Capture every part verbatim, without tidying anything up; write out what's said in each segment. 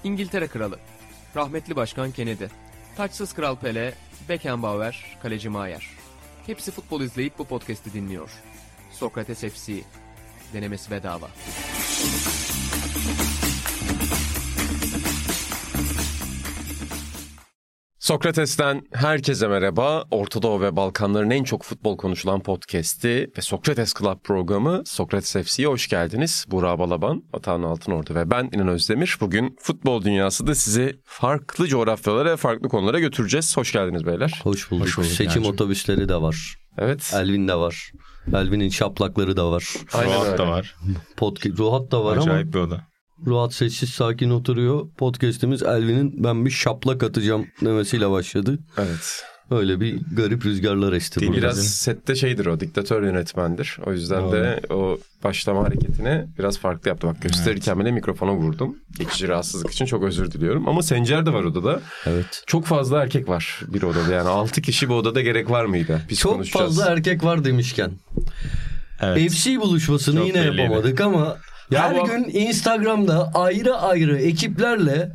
İngiltere Kralı, rahmetli Başkan Kennedy, taçsız Kral Pele, Beckenbauer, Kaleci Maier. Hepsi futbol izleyip bu podcast'i dinliyor. Sokrates F C, denemesi bedava. Sokrates'ten herkese merhaba. Orta Doğu ve Balkanların en çok futbol konuşulan podcast'i ve Sokrates Club programı Sokrates F C'ye hoş geldiniz. Burak Balaban, Atahan Altınordu ve ben İnan Özdemir. Bugün futbol dünyası da sizi farklı coğrafyalara ve farklı konulara götüreceğiz. Hoş geldiniz beyler. Hoş bulduk. Hoş bulduk. Seçim yani. Otobüsleri de var. Evet. Elvin de var. Elvin'in şaplakları da var. Ruhat da var. Podcast, Ruhat da var. Acayip ama bir oda. Ruhat sessiz sakin oturuyor. Podcast'imiz Elvin'in ben bir şaplak atacağım demesiyle başladı. Evet. Öyle bir garip rüzgarlar esti. Biraz burada. sette şeydir o, diktatör yönetmendir. O yüzden Doğru. de o başlama hareketini biraz farklı yaptı. Bak gösterirken evet. bile mikrofona vurdum. Geçici rahatsızlık için çok özür diliyorum. Ama Sencer de var odada. Evet. Çok fazla erkek var bir odada. Yani altı kişi bu odada gerek var mıydı? Biz çok fazla erkek var demişken. Evet. F C buluşmasını çok yine belliydi. Yapamadık ama... Ya Her bu... gün Instagram'da ayrı ayrı ekiplerle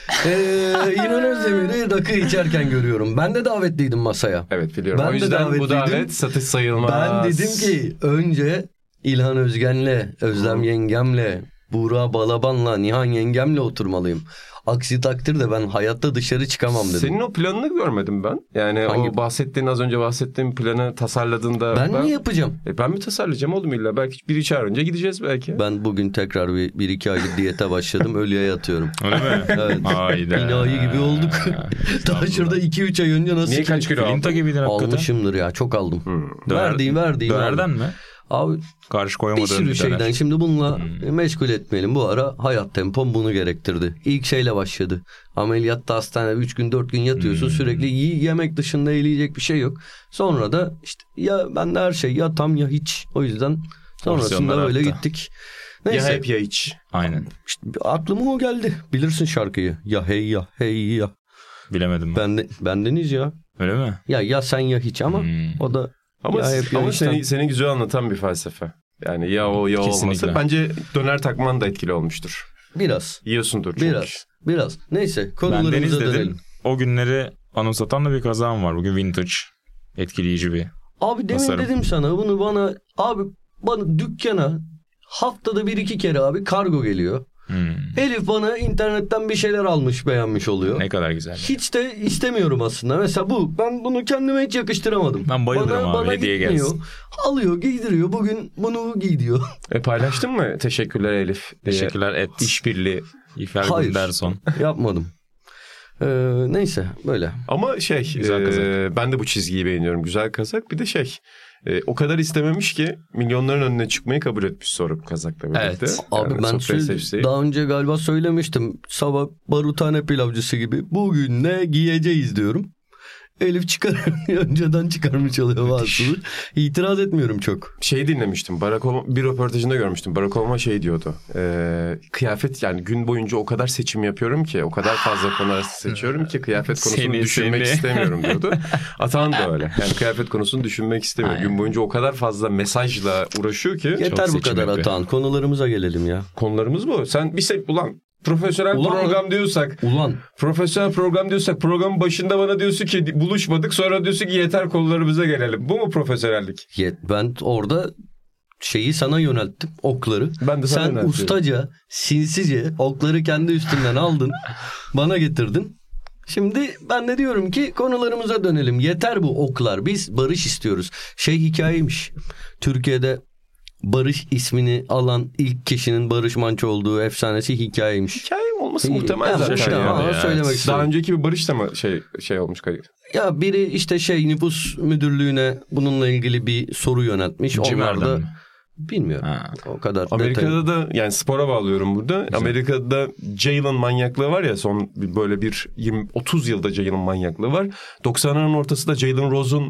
e, İnan Özdemir'i rakı içerken görüyorum. Ben de davetliydim masaya. Evet biliyorum. Ben o yüzden bu davet satış sayılmaz. Ben dedim ki önce İlhan Özgen'le, Özlem hmm. yengemle, Buğra Balaban'la, Nihan yengemle oturmalıyım. Aksi takdirde ben hayatta dışarı çıkamam dedim. Senin o planını görmedim ben. Yani Hangi? o bahsettiğin az önce bahsettiğim planı tasarladığında... Ben, ben... ne yapacağım? E ben mi tasarlayacağım oğlum illa? Belki bir iki ay önce gideceğiz belki. Ben bugün tekrar bir, bir iki aylık diyete başladım. Ölüye yatıyorum. Öyle mi? Evet. Hayda. İnayi gibi olduk. Daha şurada iki üç ay önce nasıl... Niye kaç kilo aldın? gibiydin hakikaten. Almışımdır ya, çok aldım. Hmm. Verdiğim verdiğim. Dönerden mi? Abi karşı koyamadığım bir sürü bir şeyden döner. Şimdi bununla hmm. meşgul etmeyelim. Bu ara hayat tempom bunu gerektirdi. İlk şeyle başladı. Ameliyatta hastanede üç gün dört gün yatıyorsun. Hmm. Sürekli iyi yemek dışında yiyecek bir şey yok. Sonra da işte ya ben de her şey ya tam ya hiç. O yüzden sonrasında böyle hatta. Gittik. Neyse. Ya hep ya hiç. Aynen. İşte aklıma o geldi. Bilirsin şarkıyı. Ya hey ya hey ya. Bilemedim ben. ben de, bendeniz ya. Öyle mi? Ya ya sen ya hiç ama hmm. o da Ama, ya hep, ya ama işte. seni, seni güzel anlatan bir felsefe. Yani ya o ya o olmasa bence döner takman da etkili olmuştur. Biraz. Yiyorsundur çünkü. Biraz. Biraz. Neyse konularımıza dönelim. O günleri anımsatan da bir kazağım var. Bugün vintage. Etkileyici bir Abi demin tasarım. Dedim sana bunu bana abi bana dükkana haftada bir iki kere abi kargo geliyor. Hmm. Elif bana internetten bir şeyler almış, beğenmiş oluyor. Ne kadar güzel. Hiç de istemiyorum aslında. Mesela bu. Ben bunu kendime hiç yakıştıramadım. Ben bayılırım bana, abi. Bana hediye gitmiyor. gelsin. Alıyor, giydiriyor. Bugün bunu giy diyor. E paylaştın mı? Teşekkürler Elif. Teşekkürler et. İşbirliği. İfer Hayır. Günderson. Yapmadım. Ee, neyse böyle. Ama şey e, ben de bu çizgiyi beğeniyorum. Güzel kazak. Bir de şey e, o kadar istememiş ki milyonların önüne çıkmayı kabul etmiş sonra bu kazakla birlikte. Evet. Yani abi ben söyle, daha önce galiba söylemiştim. Sabah barutane pilavcısı gibi bugün ne giyeceğiz diyorum. Elif çıkar önceden çıkarmış oluyor bazıları. İtiraz etmiyorum çok. Şey dinlemiştim. Barack Obama, bir röportajında görmüştüm. Barack Obama şey diyordu. E, kıyafet yani gün boyunca o kadar seçim yapıyorum ki, o kadar fazla konular seçiyorum ki kıyafet konusunu seni, düşünmek seni. istemiyorum diyordu. Atahan da öyle. Yani kıyafet konusunu düşünmek istemiyor. Aynen. Gün boyunca o kadar fazla mesajla uğraşıyor ki. Yeter bu kadar yapıyor. Atahan. Konularımıza gelelim ya. Konularımız bu. Sen bir şey ulan. Profesyonel ulan, program diyorsak, ulan. profesyonel program diyorsak programın başında bana diyorsun ki buluşmadık, sonra diyorsun ki yeter konularımıza gelelim. Bu mu profesyonellik? Ben orada şeyi sana yönelttim, okları. Ben de sana Sen ustaca, sinsice okları kendi üstünden aldın, bana getirdin. Şimdi ben de diyorum ki konularımıza dönelim. Yeter bu oklar. Biz barış istiyoruz. Şey hikayeymiş. Türkiye'de Barış ismini alan ilk kişinin Barış Manço olduğu efsanesi hikayeymiş. Hikaye olması muhtemel ya, zaten. Işte, ya. Ya. Söylemek Daha önceki bir Barış da mı şey şey olmuş kayıp? Ya biri işte şey nüfus müdürlüğüne bununla ilgili bir soru yöneltmiş. Cimer'den Onlar da mi? Bilmiyorum. Ha. O kadar. Amerika'da detay. da yani spora bağlıyorum burada. Güzel. Amerika'da Jalen manyaklığı var ya, son böyle bir yirmi otuz yılda Jalen manyaklığı var. doksanların ortasında Jalen Rose'un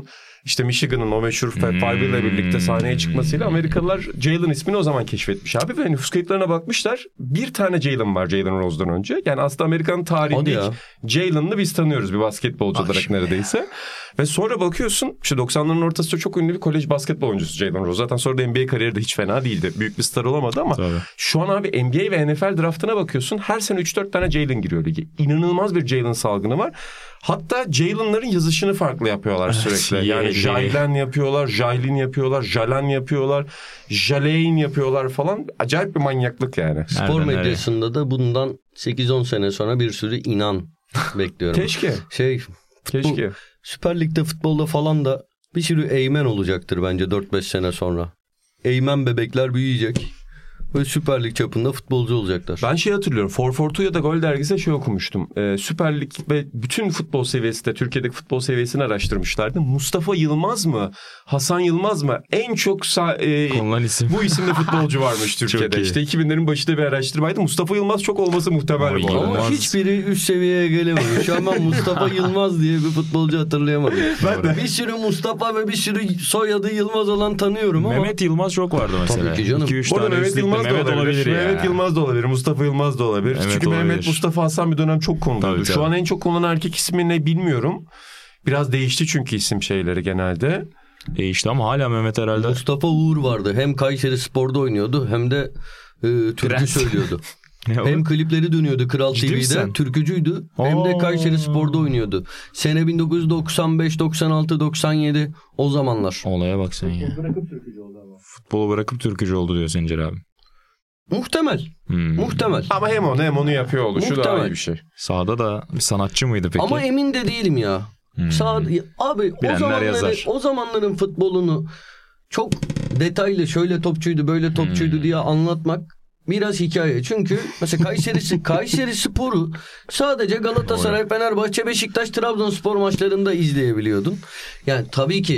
işte Michigan'ın o meşhur Fab Five ile birlikte sahneye çıkmasıyla Amerikalılar Jalen ismini o zaman keşfetmiş abi. Ve nüfus kayıtlarına bakmışlar. Bir tane Jalen var Jalen Rose'dan önce. Yani aslında Amerikan tarihinde ilk Jalen'ı biz tanıyoruz bir basketbolcu olarak ah, neredeyse. Ve sonra bakıyorsun işte doksanların ortasında çok ünlü bir kolej basketbol oyuncusu Jalen Rose. Zaten sonra da N B A kariyeri de hiç fena değildi. Büyük bir star olamadı ama tabii. Şu an abi N B A ve N F L draftına bakıyorsun. Her sene üç dört tane Jalen giriyor ligi. İnanılmaz bir Jalen salgını var. Hatta Jalen'ların yazışını farklı yapıyorlar sürekli. Yani Jalen yapıyorlar, Jaylin yapıyorlar, Jalen yapıyorlar, Jalein yapıyorlar falan. Acayip bir manyaklık yani. Spor nereden medyasında nereye? Da bundan sekiz on sene sonra bir sürü inan bekliyorum. Keşke. Şey, Keşke. Süper Lig'de futbolda falan da bir sürü eğmen olacaktır bence dört beş sene sonra. Eğmen bebekler büyüyecek. Ve Süper Lig çapında futbolcu olacaklar. Ben şey hatırlıyorum. four forty ya da Gol dergisinde şey okumuştum. Ee, Süper Lig ve bütün futbol seviyesi de Türkiye'deki futbol seviyesini araştırmışlardı. Mustafa Yılmaz mı? Hasan Yılmaz mı? En çok sa- e, isim. bu isimde futbolcu varmış Türkiye'de. İşte iki binlerin başında bir araştırmaydı. Mustafa Yılmaz çok olması muhtemel bu arada. Ama hiçbiri üst seviyeye gelemedi. Şu an ben Mustafa Yılmaz diye bir futbolcu hatırlayamadım. Ben de. Bir sürü Mustafa ve bir sürü soyadı Yılmaz olan tanıyorum ama. Mehmet Yılmaz çok vardı mesela. Tabii ki canım. iki üç tane Mehmet Yılmaz Mehmet olabilir. olabilir Mehmet Yılmaz da olabilir. Mustafa Yılmaz da olabilir. Evet, Çünkü olabilir. Mehmet Mustafa Hasan bir dönem çok konuluydu. Şu an en çok kullanılan erkek ismi ne bilmiyorum. Biraz değişti çünkü isim şeyleri genelde. Değişti ama hala Mehmet herhalde. Mustafa Uğur vardı. Hem Kayseri Spor'da oynuyordu hem de e, türkü söylüyordu. Hem klipleri dönüyordu Kral Ciddi T V'de. Misin? Türkücüydü. Aa. Hem de Kayseri Spor'da oynuyordu. Sene bin dokuz yüz doksan beş, doksan altı, doksan yedi o zamanlar. Olaya bak sen ya. Bırakıp türkücü oldu ama. Futbolu bırakıp türkücü oldu diyor Sencer abi. Muhtemel. Hmm. Muhtemel. Ama hem onu hem onu yapıyor oluşu daha iyi bir şey. Sahada da bir sanatçı mıydı peki? Ama emin de değilim ya. Hmm. Sağda, abi o zamanların, o zamanların futbolunu çok detaylı şöyle topçuydu böyle topçuydu hmm. diye anlatmak biraz hikaye. Çünkü mesela Kayseri, Kayseri Spor'u sadece Galatasaray, Fenerbahçe, Beşiktaş, Trabzonspor maçlarında izleyebiliyordun. Yani tabii ki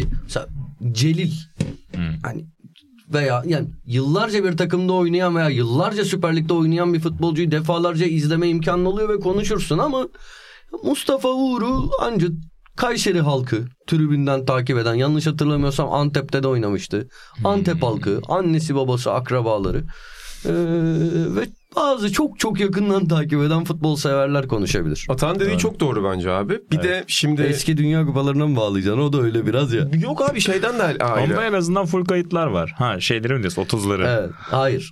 Celil hmm. hani veya yani yıllarca bir takımda oynayan veya yıllarca Süper Lig'de oynayan bir futbolcuyu defalarca izleme imkanı oluyor ve konuşursun ama Mustafa Uğur'u ancak Kayseri halkı tribünden takip eden, yanlış hatırlamıyorsam Antep'te de oynamıştı. Antep halkı, annesi babası, akrabaları ee, ve bazı çok çok yakından takip eden futbol severler konuşabilir. Atan dediği evet. çok doğru bence abi. Bir evet. de şimdi eski Dünya Kupalarına mı bağlayacaksın? O da öyle biraz ya. Yok abi şeyden de ayrı. Onda en azından full kayıtlar var. Ha şeyleri mi diyorsun? otuzları. Evet. Hayır.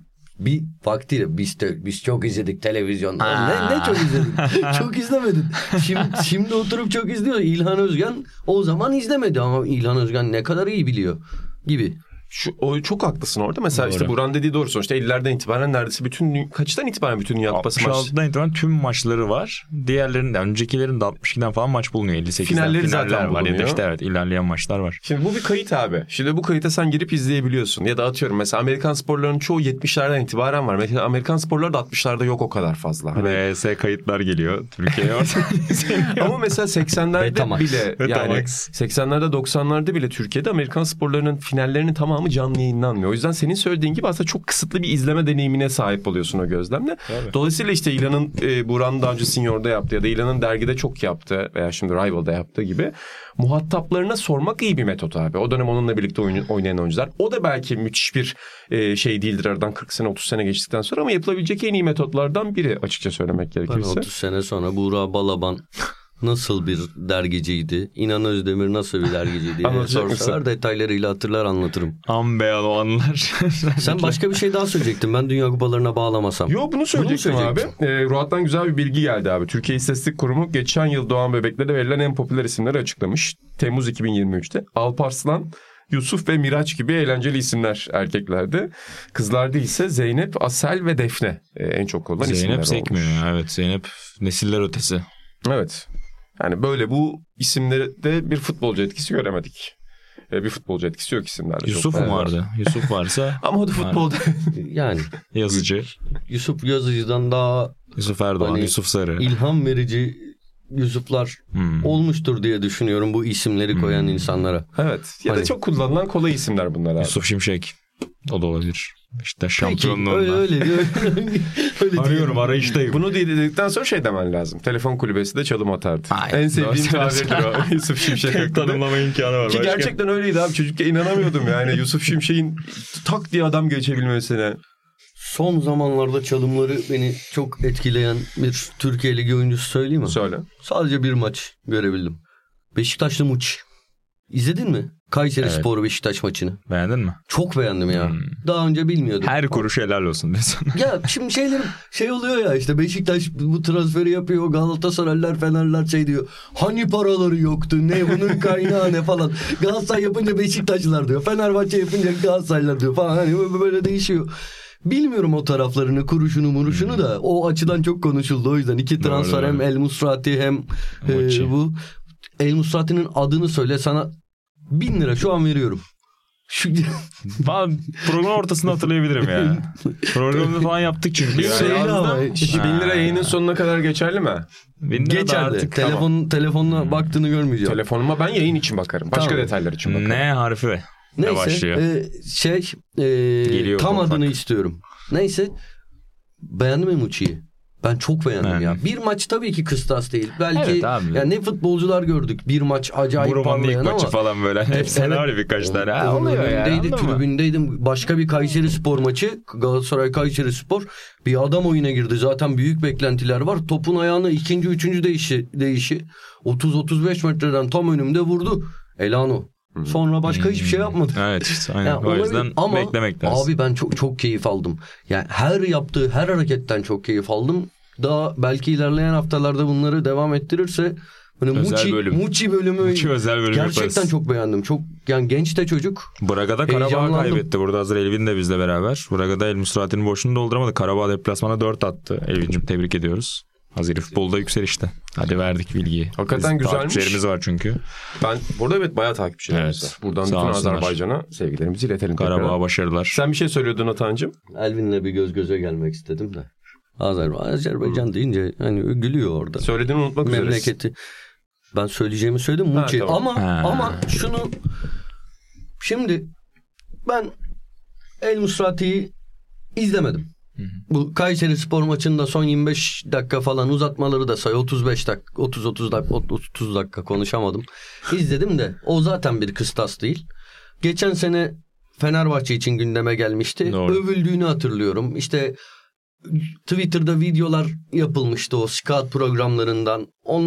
Bir vaktiyle biz de, biz çok izledik televizyonda. Ne, ne çok izledik? Çok izlemedin. Şimdi, şimdi oturup çok izliyor. İlhan Özgen o zaman izlemedi ama İlhan Özgen ne kadar iyi biliyor gibi. Şu, o çok haklısın orada. Mesela doğru. işte Buran dediği doğru. Sonuçta ellilerden itibaren neredeyse bütün kaçtan itibaren bütün Dünya Kupası maçları. altmış altıdan itibaren tüm maçları var. Diğerlerinin öncekilerin de altmış ikiden falan maç bulunuyor. elli sekizden finalleri finaller zaten var. bulunuyor. Ya işte evet ilerleyen maçlar var. Şimdi bu bir kayıt abi. Şimdi bu kayıta sen girip izleyebiliyorsun. Ya da atıyorum mesela Amerikan sporlarının çoğu yetmişlerden itibaren var. Mesela Amerikan sporları da altmışlarda yok o kadar fazla. Hani... V S kayıtlar geliyor Türkiye'ye. Ama mesela seksenlerde bile yani seksenlerde doksanlarda bile Türkiye'de Amerikan sporlarının finallerinin tamamı canlı yayınlanmıyor. O yüzden senin söylediğin gibi aslında çok kısıtlı bir izleme deneyimine sahip oluyorsun o gözlemle. Tabii. Dolayısıyla işte İlhan'ın e, Buran'ın daha önce Senior'da yaptığı ya da İlhan'ın dergide çok yaptığı veya şimdi Rival'da yaptığı gibi muhataplarına sormak iyi bir metot abi. O dönem onunla birlikte oyun, oynayan oyuncular. O da belki müthiş bir e, şey değildir aradan kırk sene otuz sene geçtikten sonra ama yapılabilecek en iyi metotlardan biri açıkça söylemek gerekirse. Ben otuz sene sonra Buğra Balaban nasıl bir dergiciydi? İnan Özdemir nasıl bir dergiciydi? Sorsalar detaylarıyla hatırlar anlatırım. Ambeyan o anlar. Sen başka bir şey daha söyleyecektin. Ben Dünya Kupalarına bağlamasam. Yo bunu söyleyecektim, bunu söyleyecektim. abi. E, Ruat'tan güzel bir bilgi geldi abi. Türkiye İstatistik Kurumu geçen yıl doğan bebeklere verilen en popüler isimleri açıklamış. Temmuz iki bin yirmi üçte. Alparslan, Yusuf ve Miraç gibi eğlenceli isimler erkeklerde. Kızlarda ise Zeynep, Asel ve Defne e, en çok kullanılan Zeynep isimler olmuş. Zeynep sekmiyor ya. Evet Zeynep nesiller ötesi. Evet. Yani böyle bu isimlerde bir futbolcu etkisi göremedik. Ee, bir futbolcu etkisi yok isimlerde. Yusuf mu vardı? Var. Yusuf varsa. Ama o da futbolda. Yani. Yazıcı. Yusuf Yazıcı'dan daha. Yusuf Erdoğan, hani, Yusuf Sarı. İlham verici Yusuflar hmm. olmuştur diye düşünüyorum bu isimleri koyan hmm. insanlara. Evet. Ya hani... da çok kullanılan kolay isimler bunlar abi. Yusuf Şimşek. O da olabilir. İşte Peki, şampiyonluğunda. öyle öyle. öyle, öyle Arıyorum, arayıştayım. Bunu dedikten sonra şey demen lazım. Telefon kulübesi de çalım atardı. Aynen. En sevdiğim Doğru tabirdir o. Yusuf Şimşek Tek hakkında. tanımlama imkanı var. Ki Başka? gerçekten öyleydi abi. Çocukken inanamıyordum yani. Yusuf Şimşek'in tak diye adam geçebilmesine. Son zamanlarda çalımları beni çok etkileyen bir Türkiye Ligi oyuncusu söyleyeyim mi? Söyle. Sadece bir maç görebildim. Beşiktaşlı Muç. İzledin mi? Kayseri Evet. Spor Beşiktaş maçını. Beğendin mi? Çok beğendim ya. Hmm. Daha önce bilmiyordum. Her kuruş helal olsun desene. Ya şimdi şeylerim şey oluyor ya, işte Beşiktaş bu transferi yapıyor, Galatasaraylılar, Fenerler şey diyor. Hani paraları yoktu, ne bunun kaynağı ne falan. Galatasaray yapınca Beşiktaşlılar diyor. Fenerbahçe yapınca Galatasaraylılar diyor falan. Hani böyle değişiyor. Bilmiyorum o taraflarını, kuruşunu muruşunu hmm. da o açıdan çok konuşuldu. O yüzden iki transfer, hem El Musrati hem e, bu. El Musrati'nin adını söyle, sana bin lira şu an veriyorum. Şu... Program ortasında hatırlayabilirim ya. Programını falan yaptık çünkü. Ya. Söyle ama. bin lira yayının sonuna kadar geçerli mi? Geçerli. Telefon, tamam. Telefonuna hmm. baktığını görmeyeceğim. Telefonuma ben yayın için bakarım. Başka tamam. detaylar için bakarım. Ne harfi? Neyse. Başlıyor. E, şey e, tam kontak. Adını istiyorum. Neyse. Beğendin mi Muçi'yi? Ben çok beğendim yani. ya. Bir maç tabii ki kıstas değil. Belki evet, yani ne futbolcular gördük. Bir maç acayip Buruma'nın parlayan ama. ilk maçı falan böyle. Hepsi evet, var birkaç tane. Ha, oluyor yani. Tribündeydim. Başka bir Kayseri Spor maçı. Galatasaray Kayseri Spor. Bir adam oyuna girdi. Zaten büyük beklentiler var. Topun ayağını ikinci, üçüncü değişi. değişi. otuz otuz beş metreden tam önümde vurdu. Elano. Sonra başka hmm. hiçbir şey yapmadı. Evet işte aynen. Yani o yüzden ama beklemek lazım. Abi ben çok çok keyif aldım. Yani her yaptığı her hareketten çok keyif aldım. Daha belki ilerleyen haftalarda bunları devam ettirirse hani Muçi bölüm. Muçi bölümü Muçi özel bölüm gerçekten yaparız. Çok beğendim. Çok yani genç de çocuk. Braga'da Karabağ kaybetti. Burada hazır Elvin de bizle beraber. Braga'da El Musrati'nin boşluğunu dolduramadı. Karabağ deplasmana dört attı. Elvin'cim tebrik ediyoruz. Hazır futbolda yükselişte. Hadi verdik bilgiyi. Hakikaten Biz güzelmiş. Takipçilerimiz var çünkü. Ben burada evet bayağı takipçilerimiz evet. var. Buradan Sağ bütün olsunlar. Azerbaycan'a sevgilerimizi iletelim. Karabağ'a başarılar. Sen bir şey söylüyordun Atancığım. Elvin'le bir göz göze gelmek istedim de. Azerbaycan, Azerbaycan hmm. deyince hani gülüyor orada. Söylediğini unutmak üzere. Memleketi. Ben söyleyeceğimi söyledim. Ha, tamam. Ama ha. ama şunu şimdi ben El Musrati'yi izlemedim. Hı hı. Bu Kayseri Spor maçında son yirmi beş dakika falan uzatmaları da say. otuz beş dakika, otuz otuz dakika, otuz dakika konuşamadım. İzledim de o zaten bir kıstas değil. Geçen sene Fenerbahçe için gündeme gelmişti. Doğru. Övüldüğünü hatırlıyorum. İşte Twitter'da videolar yapılmıştı o scout programlarından.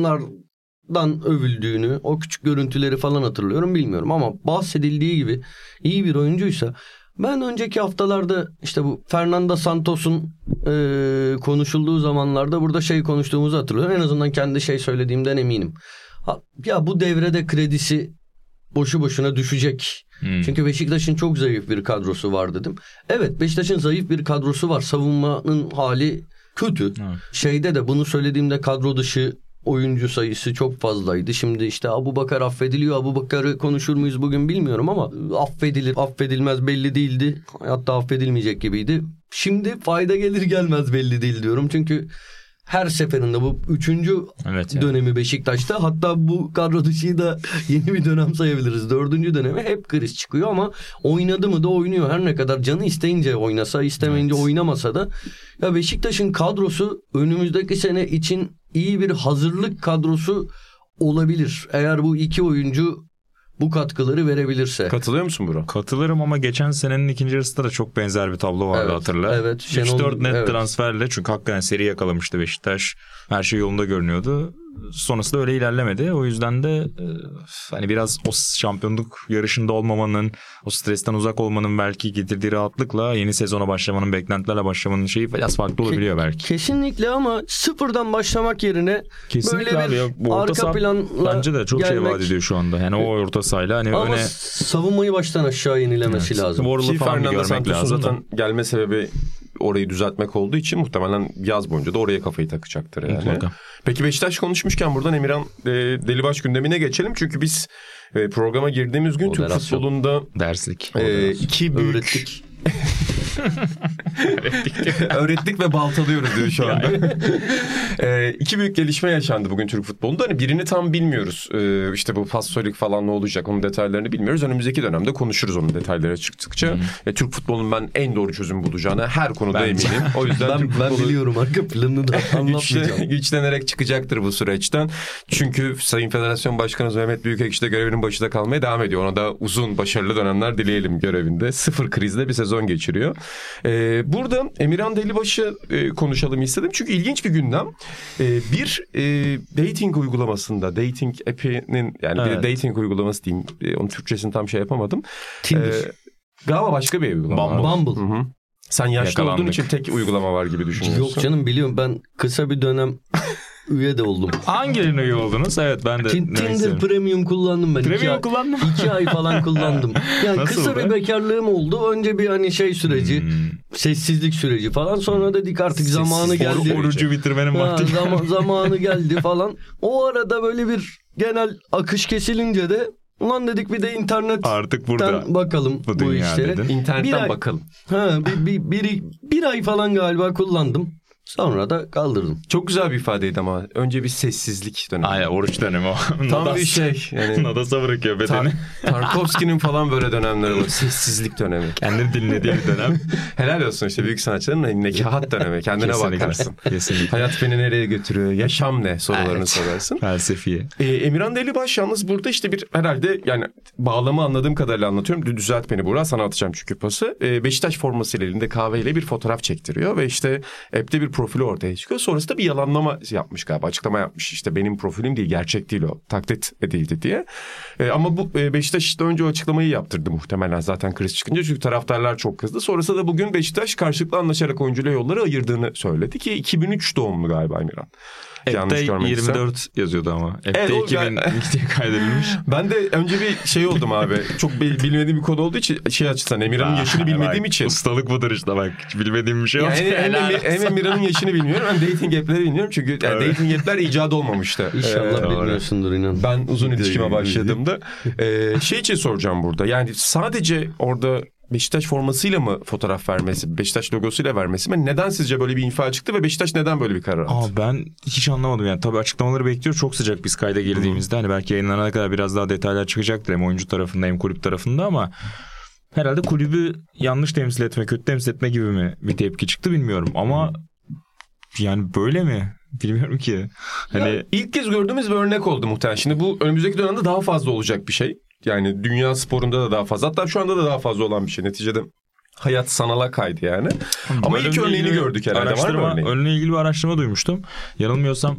Onlardan övüldüğünü, o küçük görüntüleri falan hatırlıyorum, bilmiyorum ama bahsedildiği gibi iyi bir oyuncuysa, ben önceki haftalarda işte bu Fernando Santos'un e, konuşulduğu zamanlarda burada şey konuştuğumuzu hatırlıyorum. En azından kendi şey söylediğimden eminim. Ha, ya bu devrede kredisi boşu boşuna düşecek. Hmm. Çünkü Beşiktaş'ın çok zayıf bir kadrosu var dedim. Evet, Beşiktaş'ın zayıf bir kadrosu var. Savunmanın hali kötü. Hmm. Şeyde de bunu söylediğimde kadro dışı oyuncu sayısı çok fazlaydı. Şimdi işte Abubakar affediliyor. Abubakar'ı konuşur muyuz bugün bilmiyorum ama affedilir, affedilmez belli değildi. Hatta affedilmeyecek gibiydi. Şimdi fayda gelir gelmez belli değil diyorum. Çünkü her seferinde bu üçüncü evet yani. dönemi Beşiktaş'ta, hatta bu kadro dışıyı da yeni bir dönem sayabiliriz. Dördüncü dönemi hep kriz çıkıyor ama oynadı mı da oynuyor. Her ne kadar canı isteyince oynasa, istemeyince evet. oynamasa da ya Beşiktaş'ın kadrosu önümüzdeki sene için iyi bir hazırlık kadrosu olabilir. Eğer bu iki oyuncu bu katkıları verebilirse. Katılıyor musun bro? Katılırım ama geçen senenin ikinci yarısında da çok benzer bir tablo vardı, evet, hatırla. Evet. üç dört net evet. transferle, çünkü hakikaten seri yakalamıştı Beşiktaş. Her şey yolunda görünüyordu. Sonrasında öyle ilerlemedi. O yüzden de e, hani biraz o şampiyonluk yarışında olmamanın, o stresten uzak olmanın belki getirdiği rahatlıkla yeni sezona başlamanın, beklentilerle başlamanın şeyi biraz farklı olabiliyor belki. Kesinlikle ama sıfırdan başlamak yerine kesinlikle böyle bir ya, arka planla bence de çok gelmek, şey vaat ediyor şu anda. Yani o orta sahayla hani ama öne savunmayı baştan aşağı yenilemesi evet. lazım. Ki Fernando Santos'un zaten gelme sebebi orayı düzeltmek olduğu için muhtemelen yaz boyunca da oraya kafayı takacaktır yani. Mutlaka. Peki Beşiktaş konuşmuşken buradan Emirhan e, Delibaş gündemine geçelim. Çünkü biz e, programa girdiğimiz gün Türk futbolunda derslik e, iki büyük öğrettik. Öğrettik ve baltalıyoruz diyor şu anda. e, iki büyük gelişme yaşandı bugün Türk futbolunda. Hani birini tam bilmiyoruz. E, işte bu Pasolik falan ne olacak, onun detaylarını bilmiyoruz. Önümüzdeki dönemde konuşuruz onun detayları çıktıkça. E, Türk futbolunun ben en doğru çözüm bulacağına her konuda Bence. eminim. O yüzden ben, Türk ben futbolu biliyorum arka planını da anlatmayacağım. güçle, güçlenerek çıkacaktır bu süreçten. Çünkü Sayın Federasyon Başkanımız Mehmet Büyükekşi de görevinin başında kalmaya devam ediyor. Ona da uzun başarılı dönemler dileyelim görevinde. Sıfır krizde bir sezon geçiriyor. Ee, burada Emirhan Delibaş'ı e, konuşalım istedim. Çünkü ilginç bir gündem. Ee, bir e, dating uygulamasında, dating app'inin yani Evet. bir dating uygulaması diyeyim. E, onun Türkçesini tam şey yapamadım. Tinder. Ee, galiba başka bir uygulama. Bumble. Bumble. Hı hı. Sen yaşlı Yakalandık. olduğun için tek uygulama var gibi düşünüyorsun. Yok canım biliyorum ben kısa bir dönem üye de oldum. Hangilerine üye oldunuz? Evet ben de. Tin- demek Tinder istiyorum. Premium kullandım ben. İki Premium ay- kullandın mı? İki ay falan kullandım. Yani Nasıl kısa be? bir bekarlığım oldu. Önce bir hani şey süreci, Hmm. sessizlik süreci falan. Sonra dedik artık Sessiz zamanı geldi. Orucu bitirmenin Ha, vakti. zaman, zamanı geldi falan. O arada böyle bir genel akış kesilince de ulan dedik bir de internetten Artık burada. bakalım Bu bu, dünya işlere. dedin. İnternetten Bir ay- bakalım. Ha, bir, bir, bir, bir ay falan galiba kullandım. Sonra da kaldırdım. Çok güzel bir ifadeydi ama. Önce bir sessizlik dönemi. Aynen oruç dönemi o. Tam Nadas- bir şey. Yani Nadas'a bırakıyor Tar- bedeni. Tarkovski'nin falan böyle dönemleri var. Sessizlik dönemi. Kendini dinlediği bir dönem. Helal olsun işte büyük sanatçıların hani nekahat dönemi. Kendine Kesinlikle. bakarsın. Kesinlikle. Hayat beni nereye götürüyor? Yaşam ne? Sorularını Evet. sorarsın. Felsefi. Ee, Emirhan Delibaş yalnız burada işte bir herhalde yani bağlamı anladığım kadarıyla anlatıyorum. Dü- Düzelt beni Burak, sana atacağım çünkü pası. Ee, Beşiktaş formasıyla elinde kahveyle bir fotoğraf çektiriyor ve işte app'te bir profili ortaya çıkıyor. Sonrasında bir yalanlama yapmış galiba, açıklama yapmış. İşte benim profilim değil, gerçek değil o, taklit edildi diye. Ee, ama bu e, Beşiktaş işte önce o açıklamayı yaptırdı muhtemelen zaten kriz çıkınca. Çünkü taraftarlar çok kızdı. Sonrasında da bugün Beşiktaş karşılıklı anlaşarak oyuncuyla yolları ayırdığını söyledi ki iki bin üç doğumlu galiba Emirhan. Yanlış App'te görmediysem. yirmi dört yazıyordu ama. App'te Evet, o iki bin diye kaydedilmiş. Ben de önce bir şey oldum abi. Çok bil- bilmediğim bir konu olduğu için şey açısından Emirhan'ın yaşını bilmediğim Bak, için. Ustalık budur işte bak. Hiç bilmediğim bir şey Yani olsa hem, helal hem, olsun. hem Emirhan'ın yaşını bilmiyorum hem dating app'leri bilmiyorum. Çünkü yani Evet. dating app'ler icat olmamıştı. İnşallah Ee, bilmiyorsundur inan. Ben uzun ilişkime Değil, başladığımda e, şey için soracağım burada. Yani sadece orada Beşiktaş formasıyla mı fotoğraf vermesi, Beşiktaş logosuyla vermesi mi? Neden sizce böyle bir infial çıktı ve Beşiktaş neden böyle bir karar aldı? Aa, ben hiç anlamadım yani. Tabii açıklamaları bekliyor. Çok sıcak biz kayda girdiğimizde. Hani belki yayınlanana kadar biraz daha detaylar çıkacaktır. Hem oyuncu tarafında hem kulüp tarafında ama herhalde kulübü yanlış temsil etme, kötü temsil etme gibi mi bir tepki çıktı bilmiyorum. Ama yani böyle mi? Bilmiyorum ki. Hani Ya, ilk kez gördüğümüz bir örnek oldu muhtemelen. Şimdi bu önümüzdeki dönemde daha fazla olacak bir şey. Yani dünya sporunda da daha fazla. Hatta şu anda da daha fazla olan bir şey. Neticede hayat sanala kaydı yani. Ama ilk bölümle örneğini ilgili gördük herhalde. Var mı araştırma, örneği? Onunla ilgili bir araştırma duymuştum. Yanılmıyorsam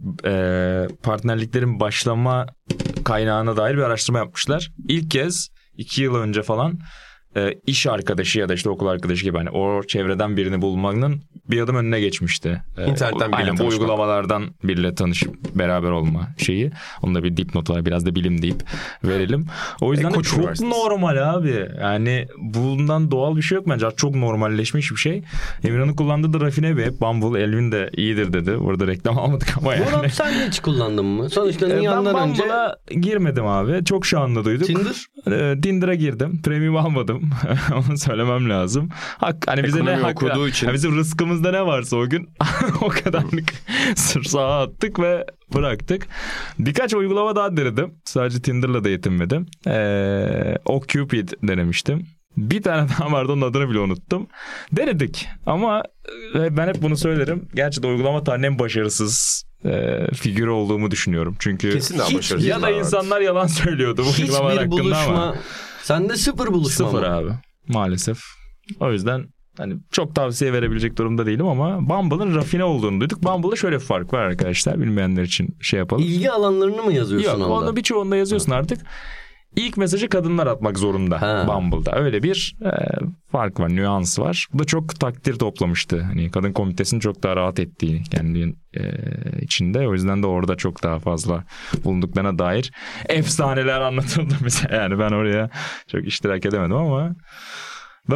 e, partnerliklerin başlama kaynağına dair bir araştırma yapmışlar. İlk kez iki yıl önce falan e, iş arkadaşı ya da işte okul arkadaşı gibi hani o çevreden birini bulmanın bir adım önüne geçmişti. E, İnternetten biriyle aynen, bu tanışmak. uygulamalardan biriyle tanışıp beraber olma şeyi. Onun da bir dipnot var, biraz da bilim deyip verelim. O yüzden E, de Koç çok Üniversitesi. normal abi. Yani bundan doğal bir şey yok bence. Çok normalleşmiş bir şey. Emirhan'ın kullandığı da rafine bir app. Bumble, Elvin de iyidir dedi. Burada reklam almadık ama yani. Murat sen hiç kullandın mı? Sonuçta Ee, Ben Nihan'dan önce Bumble'a girmedim abi. Çok şanlı duyduk. Tinder. Ee, Tinder'a girdim. Premium almadım. Onu söylemem lazım. Hak, hani bize Ekonomi ne hak, okuduğu için. hani bizim rızkımızda ne varsa o gün o kadarlık sır sağa attık ve bıraktık. Birkaç uygulama daha denedim. Sadece Tinder'la da yetinmedim. Ee, OkCupid denemiştim. Bir tane daha vardı, onun adını bile unuttum. Denedik ama e, ben hep bunu söylerim. Gerçekten uygulama tarihinin en başarısız e, figürü olduğumu düşünüyorum. Çünkü Kesin daha Hiç- başarısız. ya da var. insanlar yalan söylüyordu bu uygulamalar hiçbir hakkında buluşma. ama. Sende sıfır buluşma Sıfır mı? abi maalesef. O yüzden hani çok tavsiye verebilecek durumda değilim ama Bumble'ın rafine olduğunu duyduk. Bumble'da şöyle bir fark var arkadaşlar. Bilmeyenler için şey yapalım. İlgi alanlarını mı yazıyorsun Yok, orada? onu birçoğunda yazıyorsun artık. İlk mesajı kadınlar atmak zorunda Ha. Bumble'da. Öyle bir e, fark var, nüans var. Bu da çok takdir toplamıştı. Hani kadın komitesinin çok daha rahat ettiği kendi e, içinde. O yüzden de orada çok daha fazla bulunduklarına dair efsaneler anlatıldı bize. Yani ben oraya çok iştirak edemedim ama böyle.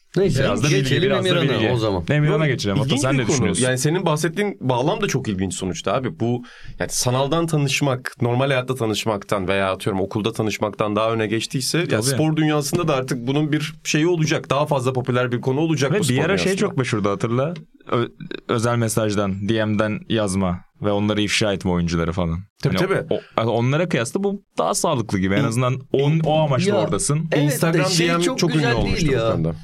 Neyse Biraz da bilgi, geçelim biraz da Emirhan'a bilgi. o zaman. Emirhan'a geçelim. Ata, İlginç sen bir ne konu. düşünüyorsun? Yani senin bahsettiğin bağlam da çok ilginç sonuçta abi. Bu yani sanaldan tanışmak, normal hayatta tanışmaktan veya atıyorum okulda tanışmaktan daha öne geçtiyse ya spor dünyasında da artık bunun bir şeyi olacak. Daha fazla popüler bir konu olacak Ve bu spor bir ara dünyasında. şey çok meşhurdu, hatırla. Ö- özel mesajdan, D M'den yazma ve onları ifşa etme oyuncuları falan. Tabii Hani tabii. O, o- onlara kıyasla bu daha sağlıklı gibi. En azından on, o amaçla Ya, oradasın. evet Instagram de şey D M çok çok, ünlü güzel olmuştu değil bu ya. konuda.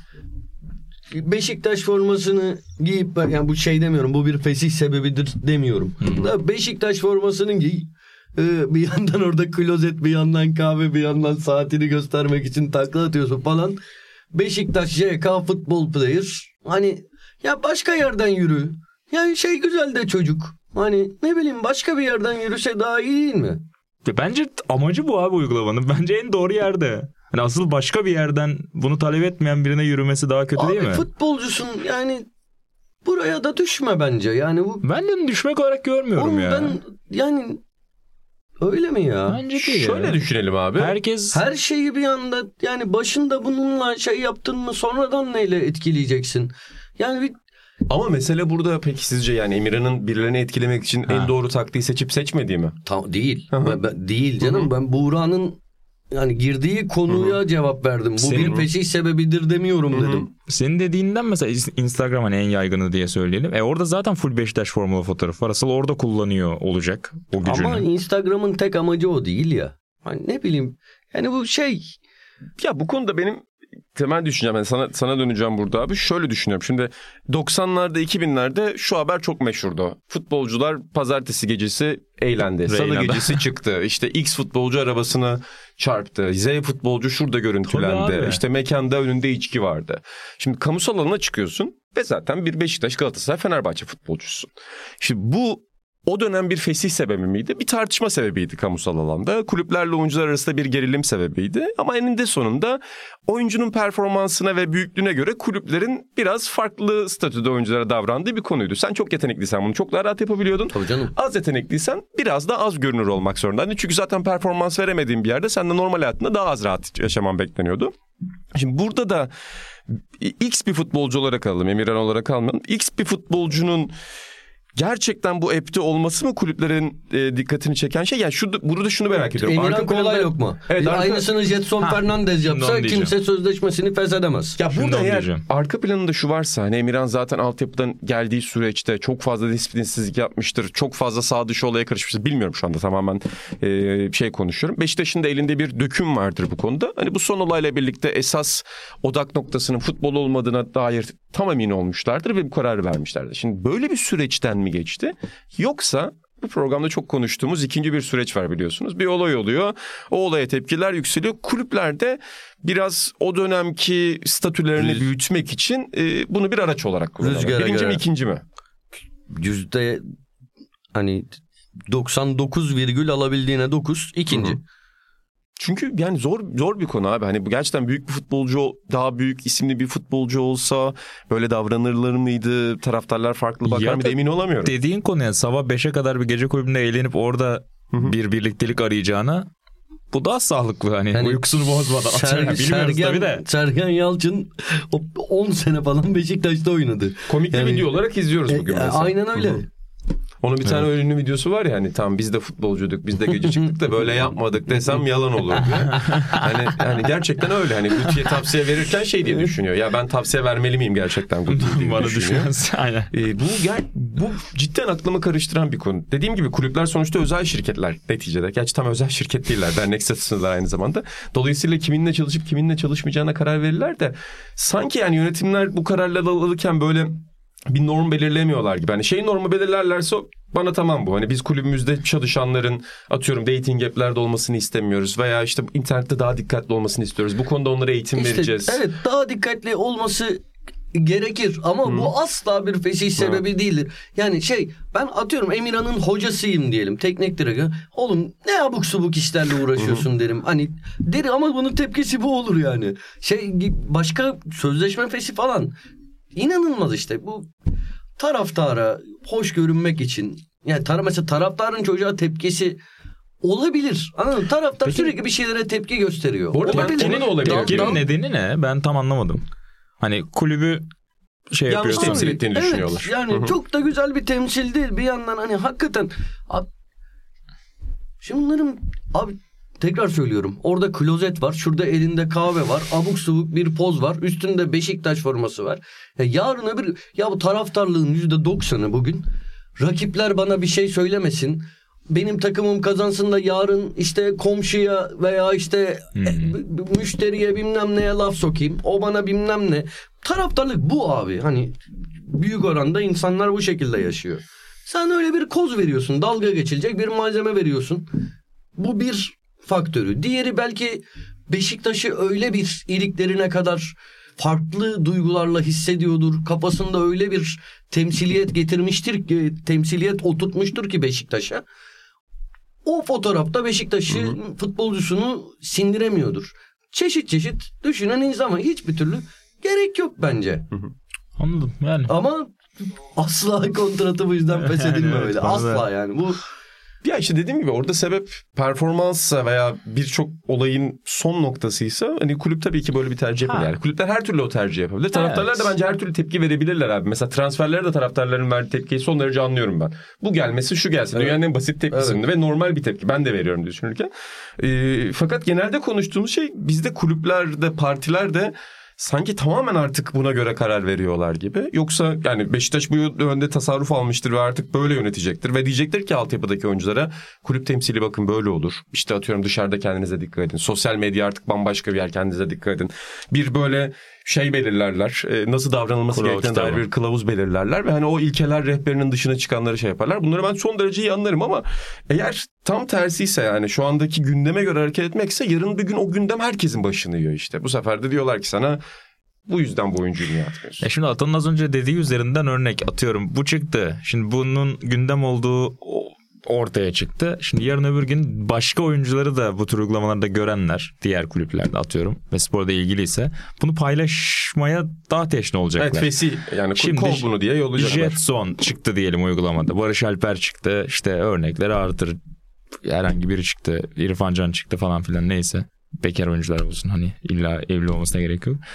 Beşiktaş formasını giyip yani bu şey demiyorum, bu bir fesih sebebidir demiyorum. Da Beşiktaş formasını giy. Ee, bir yandan orada klozet, bir yandan kahve, bir yandan saatini göstermek için takla atıyorsun falan. Beşiktaş J K futbol player. Hani ya başka yerden yürü. Yani şey güzel de çocuk. Hani ne bileyim başka bir yerden yürüse daha iyi değil mi? Bence amacı bu abi uygulamanın. Bence en doğru yerde. Yani asıl başka bir yerden bunu talep etmeyen birine yürümesi daha kötü Abi değil mi? futbolcusun yani buraya da düşme bence. Yani bu Ben de düşmek olarak görmüyorum Oğlum ya. ben yani öyle mi ya? Bence değil. Şöyle ya. düşünelim abi. Herkes Her şeyi bir anda yani başında bununla şey yaptın mı sonradan neyle etkileyeceksin? Yani bir Ama mesele burada peki sizce yani Emirhan'ın birilerini etkilemek için Ha. en doğru taktiği seçip seçmediği mi? tam değil. Hı hı. Ben, ben- değil canım. Hı hı. Ben Buğra'nın yani girdiği konuya cevap verdim. Bu Senin- bir fesih sebebidir demiyorum Hı hı. dedim. senin dediğinden mesela Instagram hani en yaygını diye söyleyelim. E orada zaten full Beşiktaş formalı fotoğrafı var. Asıl orada kullanıyor olacak o gücünü. Ama Instagram'ın tek amacı o değil ya. Hani ne bileyim yani bu şey Ya bu konuda benim temel düşüncem, yani sana sana döneceğim burada abi. Şöyle düşünüyorum. Şimdi doksanlarda iki binlerde şu haber çok meşhurdu. Futbolcular pazartesi gecesi eğlendi. Salı Reyna'da. gecesi çıktı. İşte X futbolcu arabasını çarptı. Z futbolcu şurada Tabii görüntülendi. abi. İşte mekanda önünde içki vardı. Şimdi kamusal alana çıkıyorsun ve zaten bir Beşiktaş, Galatasaray, Fenerbahçe futbolcusun. Şimdi bu o dönem bir fesih sebebi miydi? Bir tartışma sebebiydi kamusal alanda. Kulüplerle oyuncular arasında bir gerilim sebebiydi. Ama eninde sonunda oyuncunun performansına ve büyüklüğüne göre kulüplerin biraz farklı statüde oyunculara davrandığı bir konuydu. Sen çok yetenekliysen bunu çok daha rahat yapabiliyordun. tabii canım. Az yetenekliysen biraz da az görünür olmak zorundaydın. Çünkü zaten performans veremediğin bir yerde sen de normal hayatında daha az rahat yaşaman bekleniyordu. Şimdi burada da X bir futbolcu olarak alalım, Emirhan olarak almayalım. X bir futbolcunun gerçekten bu app'te olması mı kulüplerin e, dikkatini çeken şey? Yani şu burada şunu merak ediyorum. Emirhan Arka kolay planda- yok mu? Evet, arka- Aynısını Jetson Ha, Fernandez şimdi yapsa onu diyeceğim. kimse sözleşmesini feshedemez. Ya Şimdi burada onu eğer diyeceğim. arka planında şu varsa hani Emirhan zaten altyapıdan geldiği süreçte çok fazla disiplinsizlik yapmıştır. Çok fazla sağ dışı olaya karışmıştır. Bilmiyorum şu anda tamamen e, şey konuşuyorum. Beşiktaş'ın da elinde bir döküm vardır bu konuda. Hani bu son olayla birlikte esas odak noktasının futbol olmadığına dair tam emin olmuşlardır ve bu kararı vermişlerdir. Şimdi böyle bir süreçten mi geçti? Yoksa bu programda çok konuştuğumuz ikinci bir süreç var biliyorsunuz. Bir olay oluyor. O olaya tepkiler yükseliyor. Kulüplerde biraz o dönemki statülerini Rüz- büyütmek için e, bunu bir araç olarak kullanıyorlar. Rüzgara Birinci göre. mi ikinci mi? Yüzde hani doksan dokuz virgül alabildiğine dokuz ikinci. Hı hı. Çünkü yani zor zor bir konu abi. Hani bu gerçekten büyük bir futbolcu, daha büyük isimli bir futbolcu olsa böyle davranırlar mıydı? Taraftarlar farklı bakar Ya mıydı? da Emin olamıyorum. dediğin konu yani sabah beşe kadar bir gece kulübünde eğlenip orada Hı hı. bir birliktelik arayacağına bu daha sağlıklı hani Yani uykusunu bozmadan. Ser- Yani bilmiyoruz tabii de. Sergen, Sergen Yalçın o on sene falan Beşiktaş'ta oynadı. Komik bir Yani- video olarak izliyoruz E, bugün e, mesela. aynen öyle. Hı hı. Onun bir tane ünlü videosu var ya hani tam biz de futbolcuyduk, biz de gece çıktık da böyle yapmadık desem yalan olur diyor. Hani, hani gerçekten öyle hani Guti'ye tavsiye verirken şey diye düşünüyor. Ya ben tavsiye vermeli miyim gerçekten Guti'ye diye Bana düşünüyor. düşmez. Aynen. Ee, bu ger bu cidden aklımı karıştıran bir konu. Dediğim gibi kulüpler sonuçta özel şirketler neticede. Gerçi tam özel şirket değiller. Dernek statüsündeler aynı zamanda. Dolayısıyla kiminle çalışıp kiminle çalışmayacağına karar verirler de sanki yani yönetimler bu kararları alırken böyle bir norm belirlemiyorlar gibi. Hani şey normu belirlerlerse bana tamam bu. Hani biz kulübümüzde çalışanların atıyorum dating app'lerde olmasını istemiyoruz veya işte internette daha dikkatli olmasını istiyoruz. Bu konuda onlara eğitim İşte, vereceğiz. evet daha dikkatli olması gerekir ama Hı. bu asla bir fesih sebebi değildir. Yani şey ben atıyorum Emirhan'ın hocasıyım diyelim teknik direktör. Oğlum ne abuk subuk işlerle uğraşıyorsun Hı. derim. Hani derim ama bunun tepkisi bu olur yani. Şey başka sözleşme fesi falan inanılmaz işte bu taraftara hoş görünmek için yani tar mesela taraftarın çocuğa tepkisi olabilir. Anladın mı? Taraftar Peki, sürekli bir şeylere tepki gösteriyor. Bu arada Olabilir. tepkinin de olabilir. Dal- Tepkinin dal- nedeni ne? Ben tam anlamadım. Hani kulübü şey yanlış yapıyorsun. temsil ettiğini evet, düşünüyorlar. Yani Hı-hı. çok da güzel bir temsil değil. Bir yandan hani hakikaten abi, şimdi bunların abi tekrar söylüyorum. Orada klozet var. Şurada elinde kahve var. Abuk subuk bir poz var. Üstünde Beşiktaş forması var. Ya yarın öbür ya bu taraftarlığın yüzde doksanı bugün rakipler bana bir şey söylemesin. Benim takımım kazansın da yarın işte komşuya veya işte Hmm. e, müşteriye bilmem neye laf sokayım. O bana bilmem ne. Taraftarlık bu abi. Hani büyük oranda insanlar bu şekilde yaşıyor. Sen öyle bir koz veriyorsun. Dalga geçilecek bir malzeme veriyorsun. Bu bir faktörü. Diğeri belki Beşiktaş'ı öyle bir iliklerine kadar farklı duygularla hissediyordur. Kafasında öyle bir temsiliyet getirmiştir ki, temsiliyet oturtmuştur ki Beşiktaş'a. O fotoğrafta Beşiktaş'ın futbolcusunu sindiremiyordur. Çeşit çeşit düşünen insan var. Hiçbir türlü gerek yok bence. Anladım yani. Ama asla kontratı bu yüzden feshedilme öyle. Asla yani. Bu Ya işte dediğim gibi orada sebep performanssa veya birçok olayın son noktasıysa hani kulüp tabii ki böyle bir tercih yapabilir. Ha. Yani kulüpler her türlü o tercih yapabilir. Taraftarlar Evet. da bence her türlü tepki verebilirler abi. Mesela transferlere de taraftarların verdiği tepkiyi son derece anlıyorum ben. Bu gelmesi şu gelsin. Evet. Dünyanın en basit tepkisinde ve normal bir tepki. Ben de veriyorum diye düşünürken. Ee, fakat genelde konuştuğumuz şey bizde kulüplerde, partilerde sanki tamamen artık buna göre karar veriyorlar gibi. Yoksa yani Beşiktaş bu yönde tasarruf almıştır ve artık böyle yönetecektir. Ve diyecektir ki altyapıdaki oyunculara kulüp temsili bakın böyle olur. İşte atıyorum dışarıda kendinize dikkat edin. Sosyal medya artık bambaşka bir yer, kendinize dikkat edin. Bir böyle şey belirlerler. E, nasıl davranılması Kural gerektiğine dair kitabı. bir kılavuz belirlerler. Ve hani o ilkeler rehberinin dışına çıkanları şey yaparlar. Bunları ben son derece iyi anlarım ama eğer tam tersiyse yani şu andaki gündeme göre hareket etmekse yarın bir gün o gündem herkesin başını yiyor işte. Bu sefer de diyorlar ki sana bu yüzden bu oyuncuyu niye atmıyorsun? Ya şimdi Atan'ın az önce dediği üzerinden örnek atıyorum. Bu çıktı. Şimdi bunun gündem olduğu o- ortaya çıktı. Şimdi yarın öbür gün başka oyuncuları da bu tür uygulamalarda görenler, diğer kulüplerde atıyorum ve sporda ilgiliyse bunu paylaşmaya daha teşne olacaklar. Evet fesih yani Şimdi kol bunu diye yollayacaklar. Jetson çıktı diyelim uygulamada. Barış Alper çıktı. İşte örnekleri artır. Herhangi biri çıktı. İrfan Can çıktı falan filan neyse. Bekar oyuncular olsun hani illa evli olmasına gerek yok.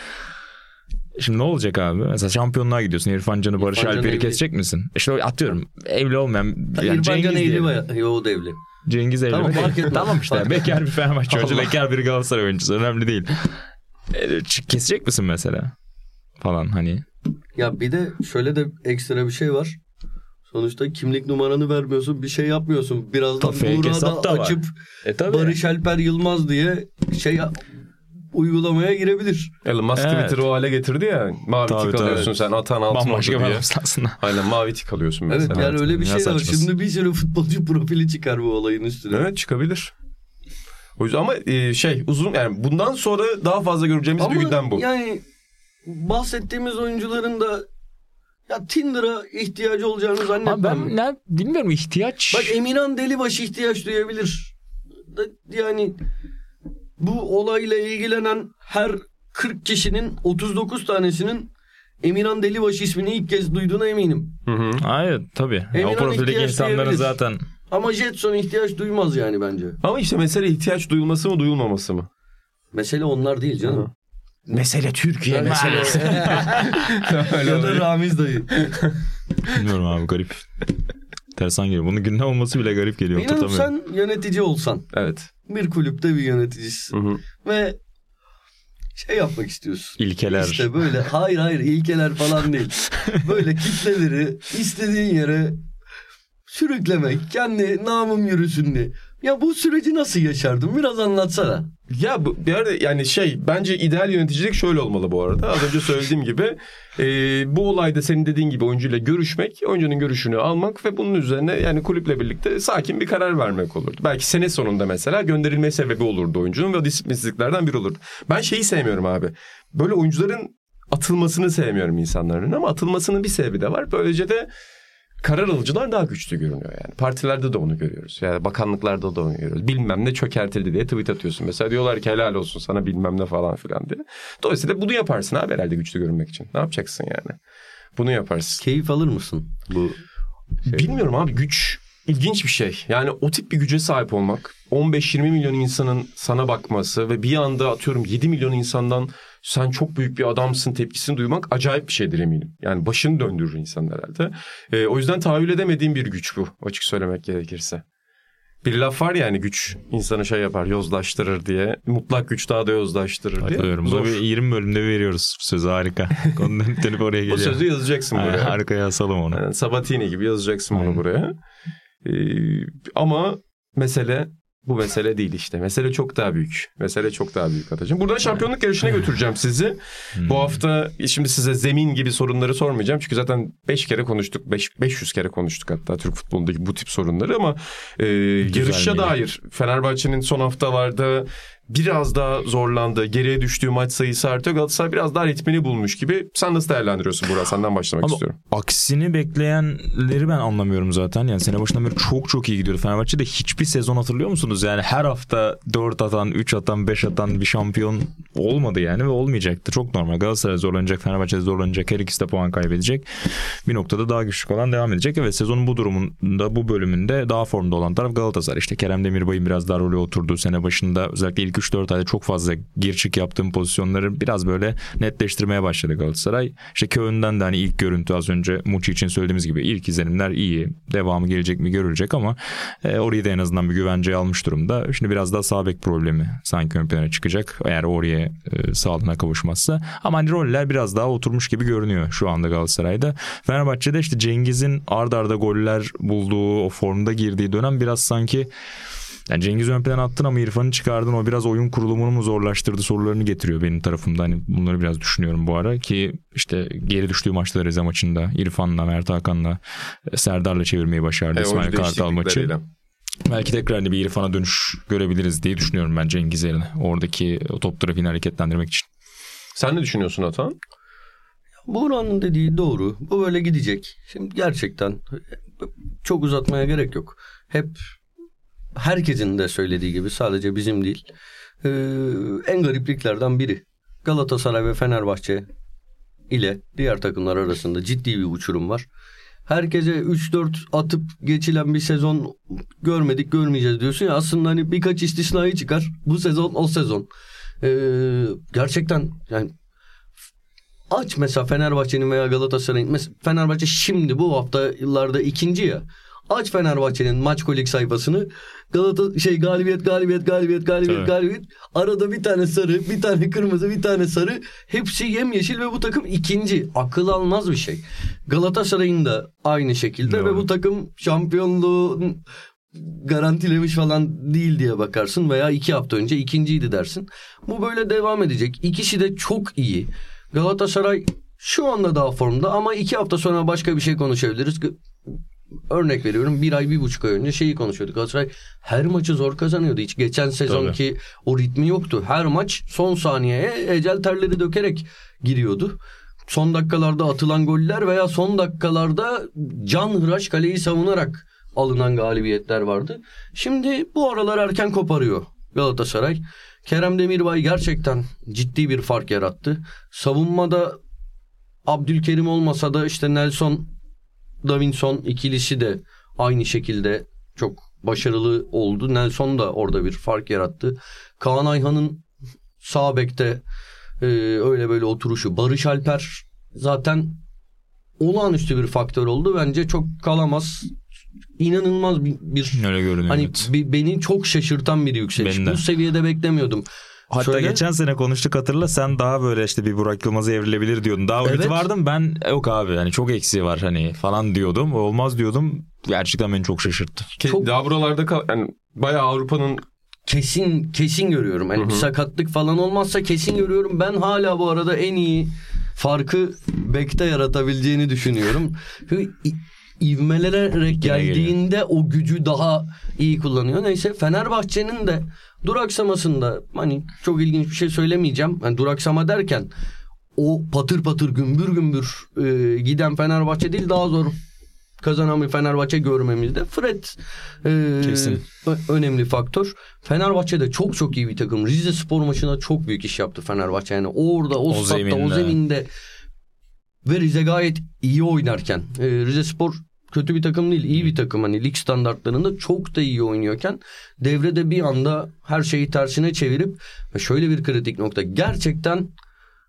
Şimdi ne olacak abi? Mesela şampiyonluğa gidiyorsun. İrfan Can'ı Barış İrfan Can Alper'i evli. kesecek misin? İşte atıyorum evli olmayan yani İrfan Can Cengiz evli diyelim. mi? Yo devli. Cengiz evli Tamam, mi? fark etmez. Tamam işte Fark bekar bir Fenerbahçe oyuncu, Allah. bekar bir Galatasaray oyuncusu önemli değil. E, ç- Kesecek misin mesela? Falan hani. Ya bir de şöyle de ekstra bir şey var. Sonuçta kimlik numaranı vermiyorsun, bir şey yapmıyorsun. Birazdan Tabii, fake hesap Buğra'da da var. açıp E tabii. Barış Alper Yılmaz diye şey uygulamaya girebilir. Elon Musk Evet. Twitter'ı o hale getirdi ya. Mavi Tabii, tik alıyorsun tabii. sen atan altın Bambaşka oldu bir diye. adam aslında. Aynen mavi tik alıyorsun mesela. Evet yani öyle bir ya şey de var. saçması. Şimdi bir sürü futbolcu profili çıkar bu olayın üstüne. Evet çıkabilir. O yüzden ama e, şey uzun yani bundan sonra daha fazla göreceğimiz bir gündem bu. yani bahsettiğimiz oyuncuların da ya Tinder'a ihtiyacı olacağını Abi zannetmem. ben ne, bilmiyorum ihtiyaç. Bak Emirhan Delibaş ihtiyaç duyabilir. Da, yani bu olayla ilgilenen her kırk kişinin otuz dokuz tanesinin Emirhan Delibaş ismini ilk kez duyduğuna eminim. Hı hı. Hayır tabii. Ya, o Emirhan profildeki ihtiyaç insanların duyabilir. zaten Ama Jetson ihtiyaç duymaz yani bence. Ama işte mesele ihtiyaç duyulması mı duyulmaması mı? Mesele onlar değil canım. Mesele Türkiye meselesi. Ya da Ramiz dayı. bilmiyorum abi garip. Tersan geliyor. Bunun gündem olması bile garip geliyor. İnanın Tutamıyorum. sen yönetici olsan. Evet. Bir kulüpte bir yöneticisisin. Hı hı. Ve şey yapmak istiyorsun. İlkeler. İşte böyle hayır hayır ilkeler falan değil. Böyle kitleleri istediğin yere sürüklemek, kendi namım yürüsün diye. Ya bu süreci nasıl yaşardın? Biraz anlatsana. Ya bu bir arada yani şey bence ideal yöneticilik şöyle olmalı bu arada. Az önce söylediğim gibi e, bu olayda senin dediğin gibi oyuncuyla görüşmek, oyuncunun görüşünü almak ve bunun üzerine yani kulüple birlikte sakin bir karar vermek olurdu. Belki sene sonunda mesela gönderilme sebebi olurdu oyuncunun ve o disiplinsizliklerden biri olurdu. Ben şeyi sevmiyorum abi. Böyle oyuncuların atılmasını sevmiyorum insanların ama atılmasının bir sebebi de var. Böylece de karar alıcılar daha güçlü görünüyor yani. Partilerde de onu görüyoruz. Yani bakanlıklarda da onu görüyoruz. Bilmem ne çökertildi diye tweet atıyorsun. Mesela diyorlar ki helal olsun sana bilmem ne falan filan diye. Dolayısıyla bunu yaparsın abi herhalde güçlü görünmek için. Ne yapacaksın yani? Bunu yaparsın. Keyif alır mısın bu şey? Bilmiyorum abi güç ilginç bir şey. Yani o tip bir güce sahip olmak. on beş yirmi milyon insanın sana bakması ve bir anda atıyorum yedi milyon insandan sen çok büyük bir adamsın tepkisini duymak acayip bir şeydir eminim. Yani başını döndürür insan herhalde. E, o yüzden tahayyül edemediğim bir güç bu, açık söylemek gerekirse. Bir laf var yani, güç insanı şey yapar, yozlaştırır diye. Mutlak güç daha da yozlaştırır diye. Hatırlıyorum. Zor. Bunu yirmi bölümde veriyoruz sözü, harika. Konudan dönüp oraya geliyor. Bu sözü yazacaksın buraya. Harikaya asalım onu. Yani Sabatini gibi yazacaksın bunu buraya. Ee, ama mesele bu mesele değil işte. Mesele çok daha büyük. Mesele çok daha büyük Atacığım. Buradan şampiyonluk yarışına götüreceğim sizi. Bu hafta şimdi size zemin gibi sorunları sormayacağım. Çünkü zaten beş kere konuştuk. beş yüz kere konuştuk hatta Türk futbolundaki bu tip sorunları ama e, yarışa dair Fenerbahçe'nin son haftalarda biraz daha zorlandı. Geriye düştüğü maç sayısı artıyor. Galatasaray biraz daha ritmini bulmuş gibi. Sen nasıl değerlendiriyorsun Burak? Senden başlamak Ama istiyorum. Aksini bekleyenleri ben anlamıyorum zaten. Yani sene başından beri çok çok iyi gidiyordu. Fenerbahçe'de hiçbir sezon hatırlıyor musunuz? Yani her hafta dört atan, üç atan, beş atan bir şampiyon olmadı yani ve olmayacaktı. Çok normal. Galatasaray zorlanacak, Fenerbahçe zorlanacak. Her ikisi de puan kaybedecek. Bir noktada daha güçlü olan devam edecek. Evet, sezonun bu durumunda, bu bölümünde daha formda olan taraf Galatasaray. İşte Kerem Demirbay'ın biraz daha rolü oturduğu sene başında özellikle ilk üç dört ayda çok fazla gir çık yaptığım pozisyonları biraz böyle netleştirmeye başladı Galatasaray. İşte Köln'den de hani ilk görüntü, az önce Muçi için söylediğimiz gibi ilk izlenimler iyi. Devamı gelecek mi görülecek ama e, orayı da en azından bir güvenceye almış durumda. Şimdi biraz daha sağ bek problemi sanki ön plana çıkacak eğer oraya e, sağlığına kavuşmazsa. Ama hani roller biraz daha oturmuş gibi görünüyor şu anda Galatasaray'da. Fenerbahçe'de işte Cengiz'in ard arda goller bulduğu, o formda girdiği dönem biraz sanki, yani Cengiz ön plana attın ama İrfan'ı çıkardın, o biraz oyun kurulumunu mu zorlaştırdı sorularını getiriyor benim tarafımda. Hani bunları biraz düşünüyorum bu ara ki işte geri düştüğü maçta Rize maçında İrfan'la, Mert Hakan'la, Serdar'la çevirmeyi başardı. E, İsmail Kartal maçı. Belki tekrar hani bir İrfan'a dönüş görebiliriz diye düşünüyorum ben Cengiz yerine. Oradaki o top trafiğini hareketlendirmek için. Sen ne düşünüyorsun Atan? Buğra'nın dediği doğru. Bu böyle gidecek. Şimdi gerçekten çok uzatmaya gerek yok. Hep herkesin de söylediği gibi, sadece bizim değil. Ee, en garipliklerden biri. Galatasaray ve Fenerbahçe ile diğer takımlar arasında ciddi bir uçurum var. Herkese üç dört atıp geçilen bir sezon görmedik, görmeyeceğiz diyorsun ya, aslında hani birkaç istisnai çıkar. Bu sezon o sezon. Ee, gerçekten yani aç mesela Fenerbahçe'nin veya Galatasaray'ın, mesela Fenerbahçe şimdi bu haftalarda ikinci ya. Aç Fenerbahçe'nin Maçkolik sayfasını. Galata şey galibiyet galibiyet galibiyet galibiyet evet. galibiyet. Arada bir tane sarı, bir tane kırmızı, bir tane sarı. Hepsi yemyeşil ve bu takım ikinci. Akıl almaz bir şey. Galatasaray'ın da aynı şekilde Doğru. ve bu takım şampiyonluğu garantilemiş falan değil diye bakarsın veya iki hafta önce ikinciydi dersin. Bu böyle devam edecek. İkisi de çok iyi. Galatasaray şu anda daha formda ama iki hafta sonra başka bir şey konuşabiliriz. Örnek veriyorum, bir ay bir buçuk ay önce şeyi konuşuyorduk. Galatasaray her maçı zor kazanıyordu. Hiç geçen sezonki Tabii. o ritmi yoktu. Her maç son saniyeye ecel terleri dökerek giriyordu. Son dakikalarda atılan goller veya son dakikalarda canhıraş kaleyi savunarak alınan galibiyetler vardı. Şimdi bu aralar erken koparıyor Galatasaray. Kerem Demirbay gerçekten ciddi bir fark yarattı. Savunmada Abdülkerim olmasa da işte Nelson Davinson ikilisi de aynı şekilde çok başarılı oldu. Nelson da orada bir fark yarattı. Kaan Ayhan'ın sağ bekte e, öyle böyle oturuşu. Barış Alper zaten olağanüstü bir faktör oldu. Bence çok kalamaz. İnanılmaz bir, bir öyle görünüyor. Hani evet. b- beni çok şaşırtan bir yükseliş. Bu seviyede beklemiyordum. Hatta Söyle. geçen sene konuştuk, hatırla, sen daha böyle işte bir Burak Yılmaz'a evrilebilir diyordun. Daha evet. vardım ben, yok abi hani çok eksiği var hani falan diyordum. Olmaz diyordum. Gerçekten beni çok şaşırttı. Çok... Daha buralarda kal- yani bayağı Avrupa'nın kesin kesin görüyorum. Yani bir sakatlık falan olmazsa kesin görüyorum. Ben hala bu arada en iyi farkı bekte yaratabileceğini düşünüyorum. Çünkü ivmelerek geldiğinde o gücü daha iyi kullanıyor. Neyse, Fenerbahçe'nin de duraksamasında hani çok ilginç bir şey söylemeyeceğim. Yani duraksama derken o patır patır gümbür gümbür e, giden Fenerbahçe değil, daha zor kazanan bir Fenerbahçe görmemizde Fred e, ö- önemli faktör. Fenerbahçe de çok çok iyi bir takım. Rize Spor maçına çok büyük iş yaptı Fenerbahçe. Yani orada o, o statta zeminde. o zeminde ve Rize gayet iyi oynarken, e, Rize Spor kötü bir takım değil, iyi bir takım, hani lig standartlarında çok da iyi oynuyorken devrede bir anda her şeyi tersine çevirip ve şöyle bir kritik nokta, gerçekten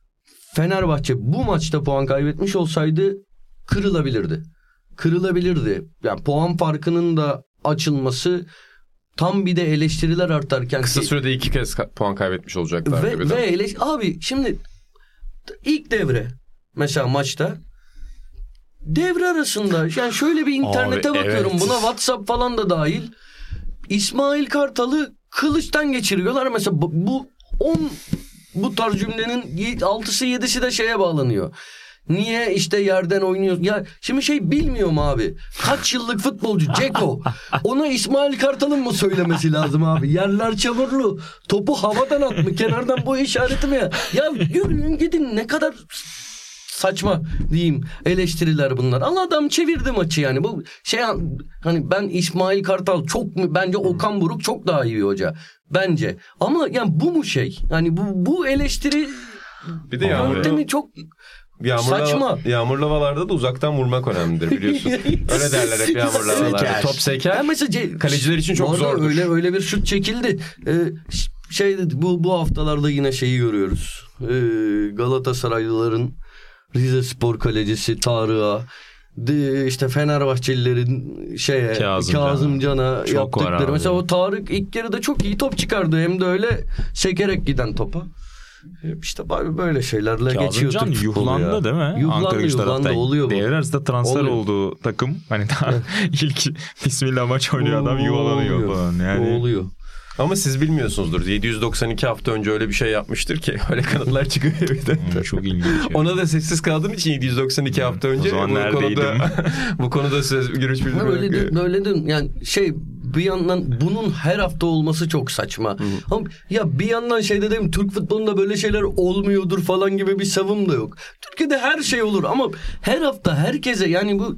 Fenerbahçe bu maçta puan kaybetmiş olsaydı kırılabilirdi. Kırılabilirdi. Yani puan farkının da açılması, tam bir de eleştiriler artarken Kısa ki, sürede iki kez ka- puan kaybetmiş olacaklar. ve, ve eleş- abi şimdi ilk devre mesela maçta devre arasında yani şöyle bir internete Abi, bakıyorum, evet. buna WhatsApp falan da dahil, İsmail Kartal'ı kılıçtan geçiriyorlar. Mesela bu- bu on bu tarz cümlenin altısı yedisi de şeye bağlanıyor. Niye işte yerden oynuyor? Ya şimdi şey bilmiyorum abi. Kaç yıllık futbolcu Ceko. Ona İsmail Kartal'ın mı söylemesi lazım abi? Yerler çamurlu. Topu havadan at mı? Kenardan bu işareti mi ya? Ya yürüyün gidin, ne kadar saçma diyeyim eleştiriler bunlar. Allah, adam çevirdi maçı yani. Bu şey hani ben İsmail Kartal çok mu, bence Okan Buruk çok daha iyi bir hoca. Bence. Ama yani bu mu şey? Yani bu bu eleştiri Bir de yağmurlu, yöntemi çok yağmurlu, saçma. Yağmurlu havalarda da uzaktan vurmak önemlidir biliyorsun. Öyle derler hep yağmurlu havalarda. Seker. Top seker. Ya mesela ce- Kaleciler için çok bu arada zordur. Öyle öyle bir şut çekildi. Ee, şey bu bu haftalarda yine şeyi görüyoruz. Ee, Galatasaraylıların Rize Spor kalecisi Tarık'a, de işte Fenerbahçelilerin şeye Kazım Kazımcan'a Çok var yaptıkları. abi. Mesela o Tarık ilk yarıda çok iyi top çıkardı, hem de öyle sekerek giden topa. İşte böyle şeylerle geçiyor Kazımcan Türk futbolu yuhlandı ya. değil mi? Yuhlandı, Ankara güç yuhlandı, tarafta. oluyor bu. Devre arasında transfer Oluyor. olduğu takım. Hani daha ilk bismillah maç oynuyor adam yuvalanıyor Oluyor. falan. Yani Oluyor. Ama siz bilmiyorsunuzdur. yedi yüz doksan iki hafta önce öyle bir şey yapmıştır ki öyle kanıtlar çıkıyor bir de. Hmm, çok ilginç. Yani. Ona da sessiz kaldığım için yedi yüz doksan iki hafta önce O zaman bu neredeydim? konuda bu konuda söz görüş Ha, bildirmek. öyle de, öyle de yani şey, bir yandan bunun her hafta olması çok saçma. Ama ya bir yandan şey dedim, Türk futbolunda böyle şeyler olmuyordur falan gibi bir savım da yok. Türkiye'de her şey olur ama her hafta herkese, yani bu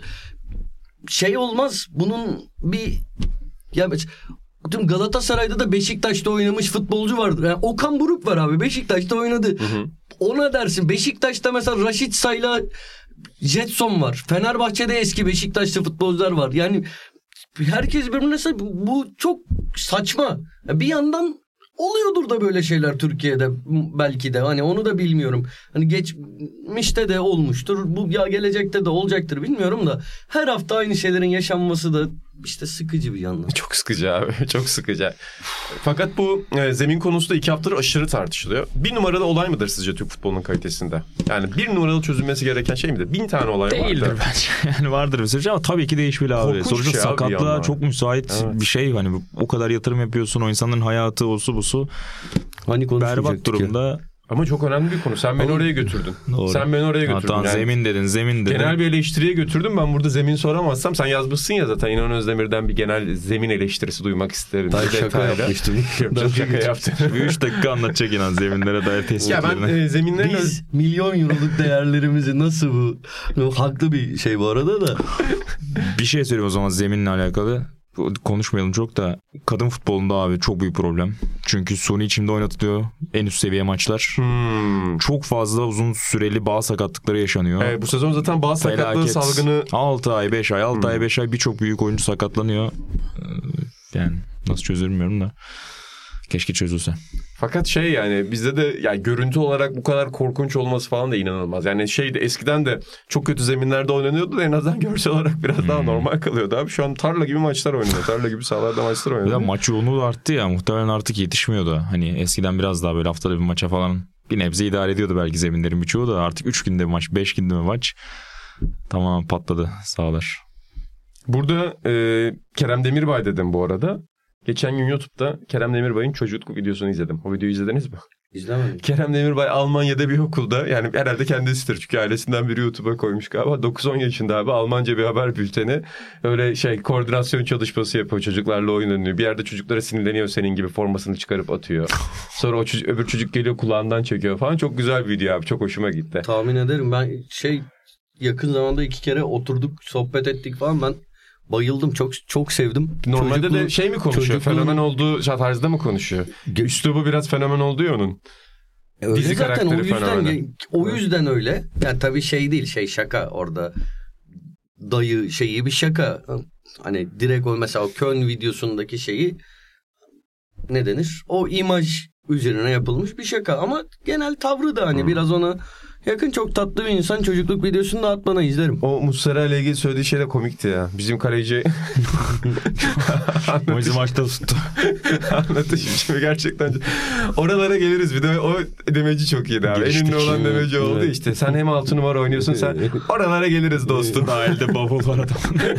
şey olmaz. Bunun bir ya tüm Galatasaray'da da Beşiktaş'ta oynamış futbolcu vardır. Yani Okan Buruk var abi, Beşiktaş'ta oynadı. Hı hı. Ona dersin. Beşiktaş'ta mesela Raşit Say'la Jetson var. Fenerbahçe'de eski Beşiktaşlı futbolcular var. Yani herkes birbirine say- bu çok saçma. Bir yandan oluyordur da böyle şeyler Türkiye'de belki de. Hani onu da bilmiyorum. Hani geçmişte de olmuştur. Bu ya gelecekte de olacaktır bilmiyorum da. Her hafta aynı şeylerin yaşanması da işte sıkıcı bir yandan. Çok sıkıcı abi. Çok sıkıcı. Fakat bu e, zemin konusu da iki haftadır aşırı tartışılıyor. Bir numaralı olay mıdır sizce Türk futbolunun kalitesinde? Yani bir numaralı çözülmesi gereken şey midir? Bin tane olay Değildir vardır. bence. Yani vardır bir sürü ama tabii ki değişmeli abi. Korkunç Sonuçta şey abi sakatlığa yandan. çok müsait Evet. bir şey. Hani o kadar yatırım yapıyorsun, o insanın hayatı, osu busu Hani berbat durumda. Ama çok önemli bir konu. Sen beni oraya götürdün. Doğru. Sen beni oraya götürdün. Hatta Yani zemin dedin, zemin dedin. genel bir eleştiriye götürdüm. Ben burada zemin soramazsam, sen yazmışsın ya zaten, İnan Özdemir'den bir genel zemin eleştirisi duymak isterim. Daha Bir şaka detayla. yapmıştım. Çok şaka yaptım. Bir üç dakika anlatacak inan zeminlere dair Ya tespitlerini. ben e, zeminlerin... Biz milyon euroluk değerlerimizi nasıl bu? bu haklı bir şey bu arada da. Bir şey söyleyeyim o zaman zeminle alakalı. Konuşmayalım çok da, kadın futbolunda abi çok büyük problem. Çünkü suni içimde oynatılıyor en üst seviye maçlar. Hmm. Çok fazla uzun süreli bağ sakatlıkları yaşanıyor. Evet, bu sezon zaten bazı sakatlığı Felaket. salgını... altı ay beş ay altı Hmm. ay beş ay birçok büyük oyuncu sakatlanıyor. Ee, Yani nasıl çözülür bilmiyorum da. Keşke çözülse. Fakat şey, yani bizde de yani görüntü olarak bu kadar korkunç olması falan da inanılmaz. Yani şeyde eskiden de çok kötü zeminlerde oynanıyordu da en azından görsel olarak biraz daha Hmm. normal kalıyordu abi. Şu an tarla gibi maçlar oynanıyor. Tarla gibi sahalarda maçlar Ya oynanıyor. maç yoğunluğu da arttı ya, muhtemelen artık yetişmiyordu. Hani eskiden biraz daha böyle haftada bir maça falan bir nebze idare ediyordu belki zeminlerin birçoğu da, artık üç günde bir maç, beş günde bir maç tamamen patladı sahalar. Burada e, Kerem Demirbay dedim bu arada. Geçen gün YouTube'da Kerem Demirbay'ın çocukluk videosunu izledim. O videoyu izlediniz mi? İzlemedim. Kerem Demirbay Almanya'da bir okulda, yani herhalde kendisidir çünkü ailesinden biri YouTube'a koymuş galiba. dokuz on yaşında abi, Almanca bir haber bülteni. Öyle şey, koordinasyon çalışması yapıyor, çocuklarla oyun oynuyor. Bir yerde çocuklara sinirleniyor, senin gibi formasını çıkarıp atıyor. Sonra o çocuk, öbür çocuk geliyor kulağından çekiyor falan. Çok güzel bir video abi, çok hoşuma gitti. Tahmin ederim, ben şey yakın zamanda iki kere oturduk, sohbet ettik falan, ben bayıldım, çok çok sevdim. Normalde Çocukluğu- de şey mi konuşuyor? çocukluğun- Fenomen olduğu tarzda mı konuşuyor? Üslubu biraz fenomen oldu ya onun. E öyle Dizi zaten, o karakteri yüzden fenomeni. o yüzden öyle. Yani tabii şey değil, şey şaka orada. Dayı şeyi bir şaka. Hani direkt o mesela o Köln videosundaki şeyi ne denir? O imaj üzerine yapılmış bir şaka ama genel tavrı da hani Hmm. biraz ona Yakın çok tatlı bir insan. Çocukluk videosunu da at bana, izlerim. O Muslera ile ilgili söylediği şey de komikti ya. Bizim kaleci O bizim maçta tuttu. anlatışım şimdi gerçekten. Oralara geliriz. Bir de o demeci çok iyiydi abi. En ünlü olan demeci oldu Evet. işte. Sen hem altı numara oynuyorsun, sen oralara geliriz dostum. Dahilde bavul var adamın.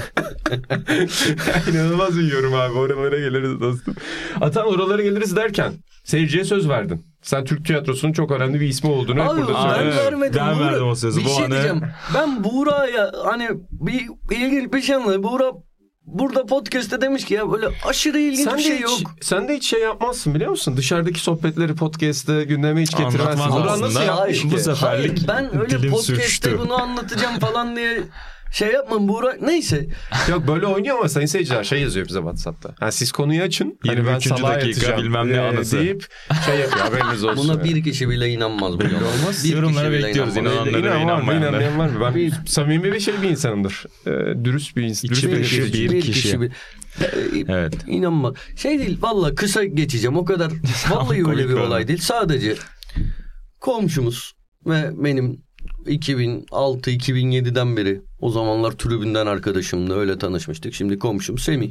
İnanılmaz bir yorum abi. Oralara geliriz dostum. Atan oralara geliriz derken seyirciye söz verdin. Sen Türk tiyatrosunun çok önemli bir ismi olduğunu hep Abi burada ben söylüyorsun. vermedim. Ben Buğra- verdim o sözü. Bir Bu şey anı- diyeceğim. Ben Buğra'ya hani bir ilginç bir şey anladım. Buğra burada podcast'te demiş ki ya böyle aşırı ilginç Sen bir de şey hiç, yok. sen de hiç şey yapmazsın biliyor musun? Dışarıdaki sohbetleri podcast'te gündeme hiç getirmezsin. Anlatmaz Buğra aslında. nasıl yapmış Hayır, ki? bu sefer- Hayır, seferlik ben öyle dilim podcast'te sürçtü. bunu anlatacağım falan diye şey yapmam Buğra. Neyse. Yok böyle oynuyor ama sayın seyirciler şey yazıyor bize WhatsApp'ta. Ha, siz konuyu açın. Hani ben yirmi üçüncü salağa dakika yatacağım bilmem ne ee, anısı. deyip şey yapıyor, haberiniz olsun. Buna bir kişi bile inanmaz. Belli olmaz. Bir Yorumlara kişi bile bekliyoruz, inanmaz. inananları ve İnan var mı? inanmayanları. İnanmayan var mı? Ben Bir- samimi bir şey bir insanımdır. Ee, dürüst bir insan. Dürüst İçi bir dışı gazeteci. bir kişi. bir- Evet. İnanma. Şey değil valla, kısa geçeceğim o kadar. Vallahi öyle Komik bir bir olay olay. değil. Sadece komşumuz ve benim iki bin altı iki bin yediden beri, o zamanlar tribünden arkadaşımla öyle tanışmıştık. Şimdi komşum Semih.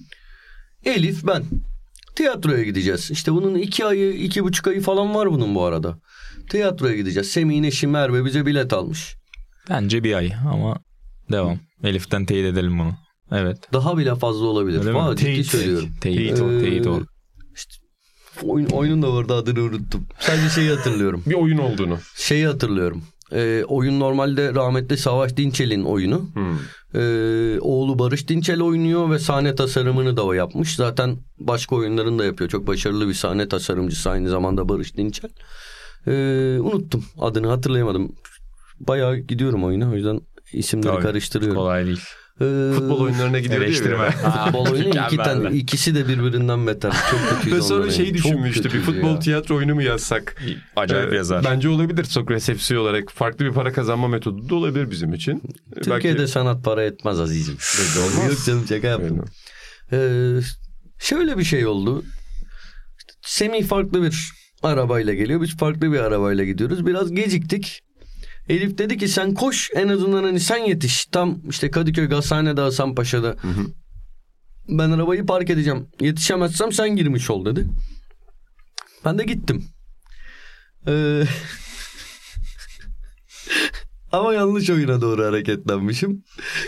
Elif, ben. Tiyatroya gideceğiz. İşte bunun iki ayı, iki buçuk ayı falan var bunun bu arada. Tiyatroya gideceğiz. Semih'in eşi Merve bize bilet almış. Bence bir ay ama devam. Elif'ten teyit edelim bunu. Evet. Daha bile fazla olabilir. Öyle mi? Valla ciddi Teyit. söylüyorum. Teyit o, Ee, teyit o. Oyun, oyunun da vardı, adını unuttum. Sadece şeyi hatırlıyorum. Bir oyun olduğunu. Şeyi hatırlıyorum. Ee, oyun normalde rahmetli Savaş Dinçel'in oyunu. Hmm. Ee, oğlu Barış Dinçel oynuyor ve sahne tasarımını da o yapmış. Zaten başka oyunlarını da yapıyor. Çok başarılı bir sahne tasarımcısı aynı zamanda Barış Dinçel. Ee, unuttum. Adını hatırlayamadım. Bayağı gidiyorum oyuna. O yüzden isimleri Tabii, karıştırıyorum. Kolay değil. Ee, Futbol oyunlarına gidiyor diye Eleştirme. bir- Futbol oyunu iki Mükemmel. tane, ikisi de birbirinden beter. Çok kötüydü Ve sonra onlar şeyi yani. Çok düşünmüştü. Bir kötüydü futbol ya. tiyatro oyunu mu yazsak? Acayip Ee, yazar. Bence olabilir. Sokrates F C olarak farklı bir para kazanma metodu da olabilir bizim için. Türkiye'de Belki... sanat para etmez azizim. olmaz. Yok canım, şaka yaptım. Ee, şöyle bir şey oldu. Semih farklı bir arabayla geliyor. Biz farklı bir arabayla gidiyoruz. Biraz geciktik. Elif dedi ki sen koş, en azından hani sen yetiş. Tam işte Kadıköy Gazhane'de, Hasanpaşa'da. Hı hı. Ben arabayı park edeceğim. Yetişemezsem sen girmiş ol dedi. Ben de gittim. Ee, ama yanlış oyuna doğru hareketlenmişim.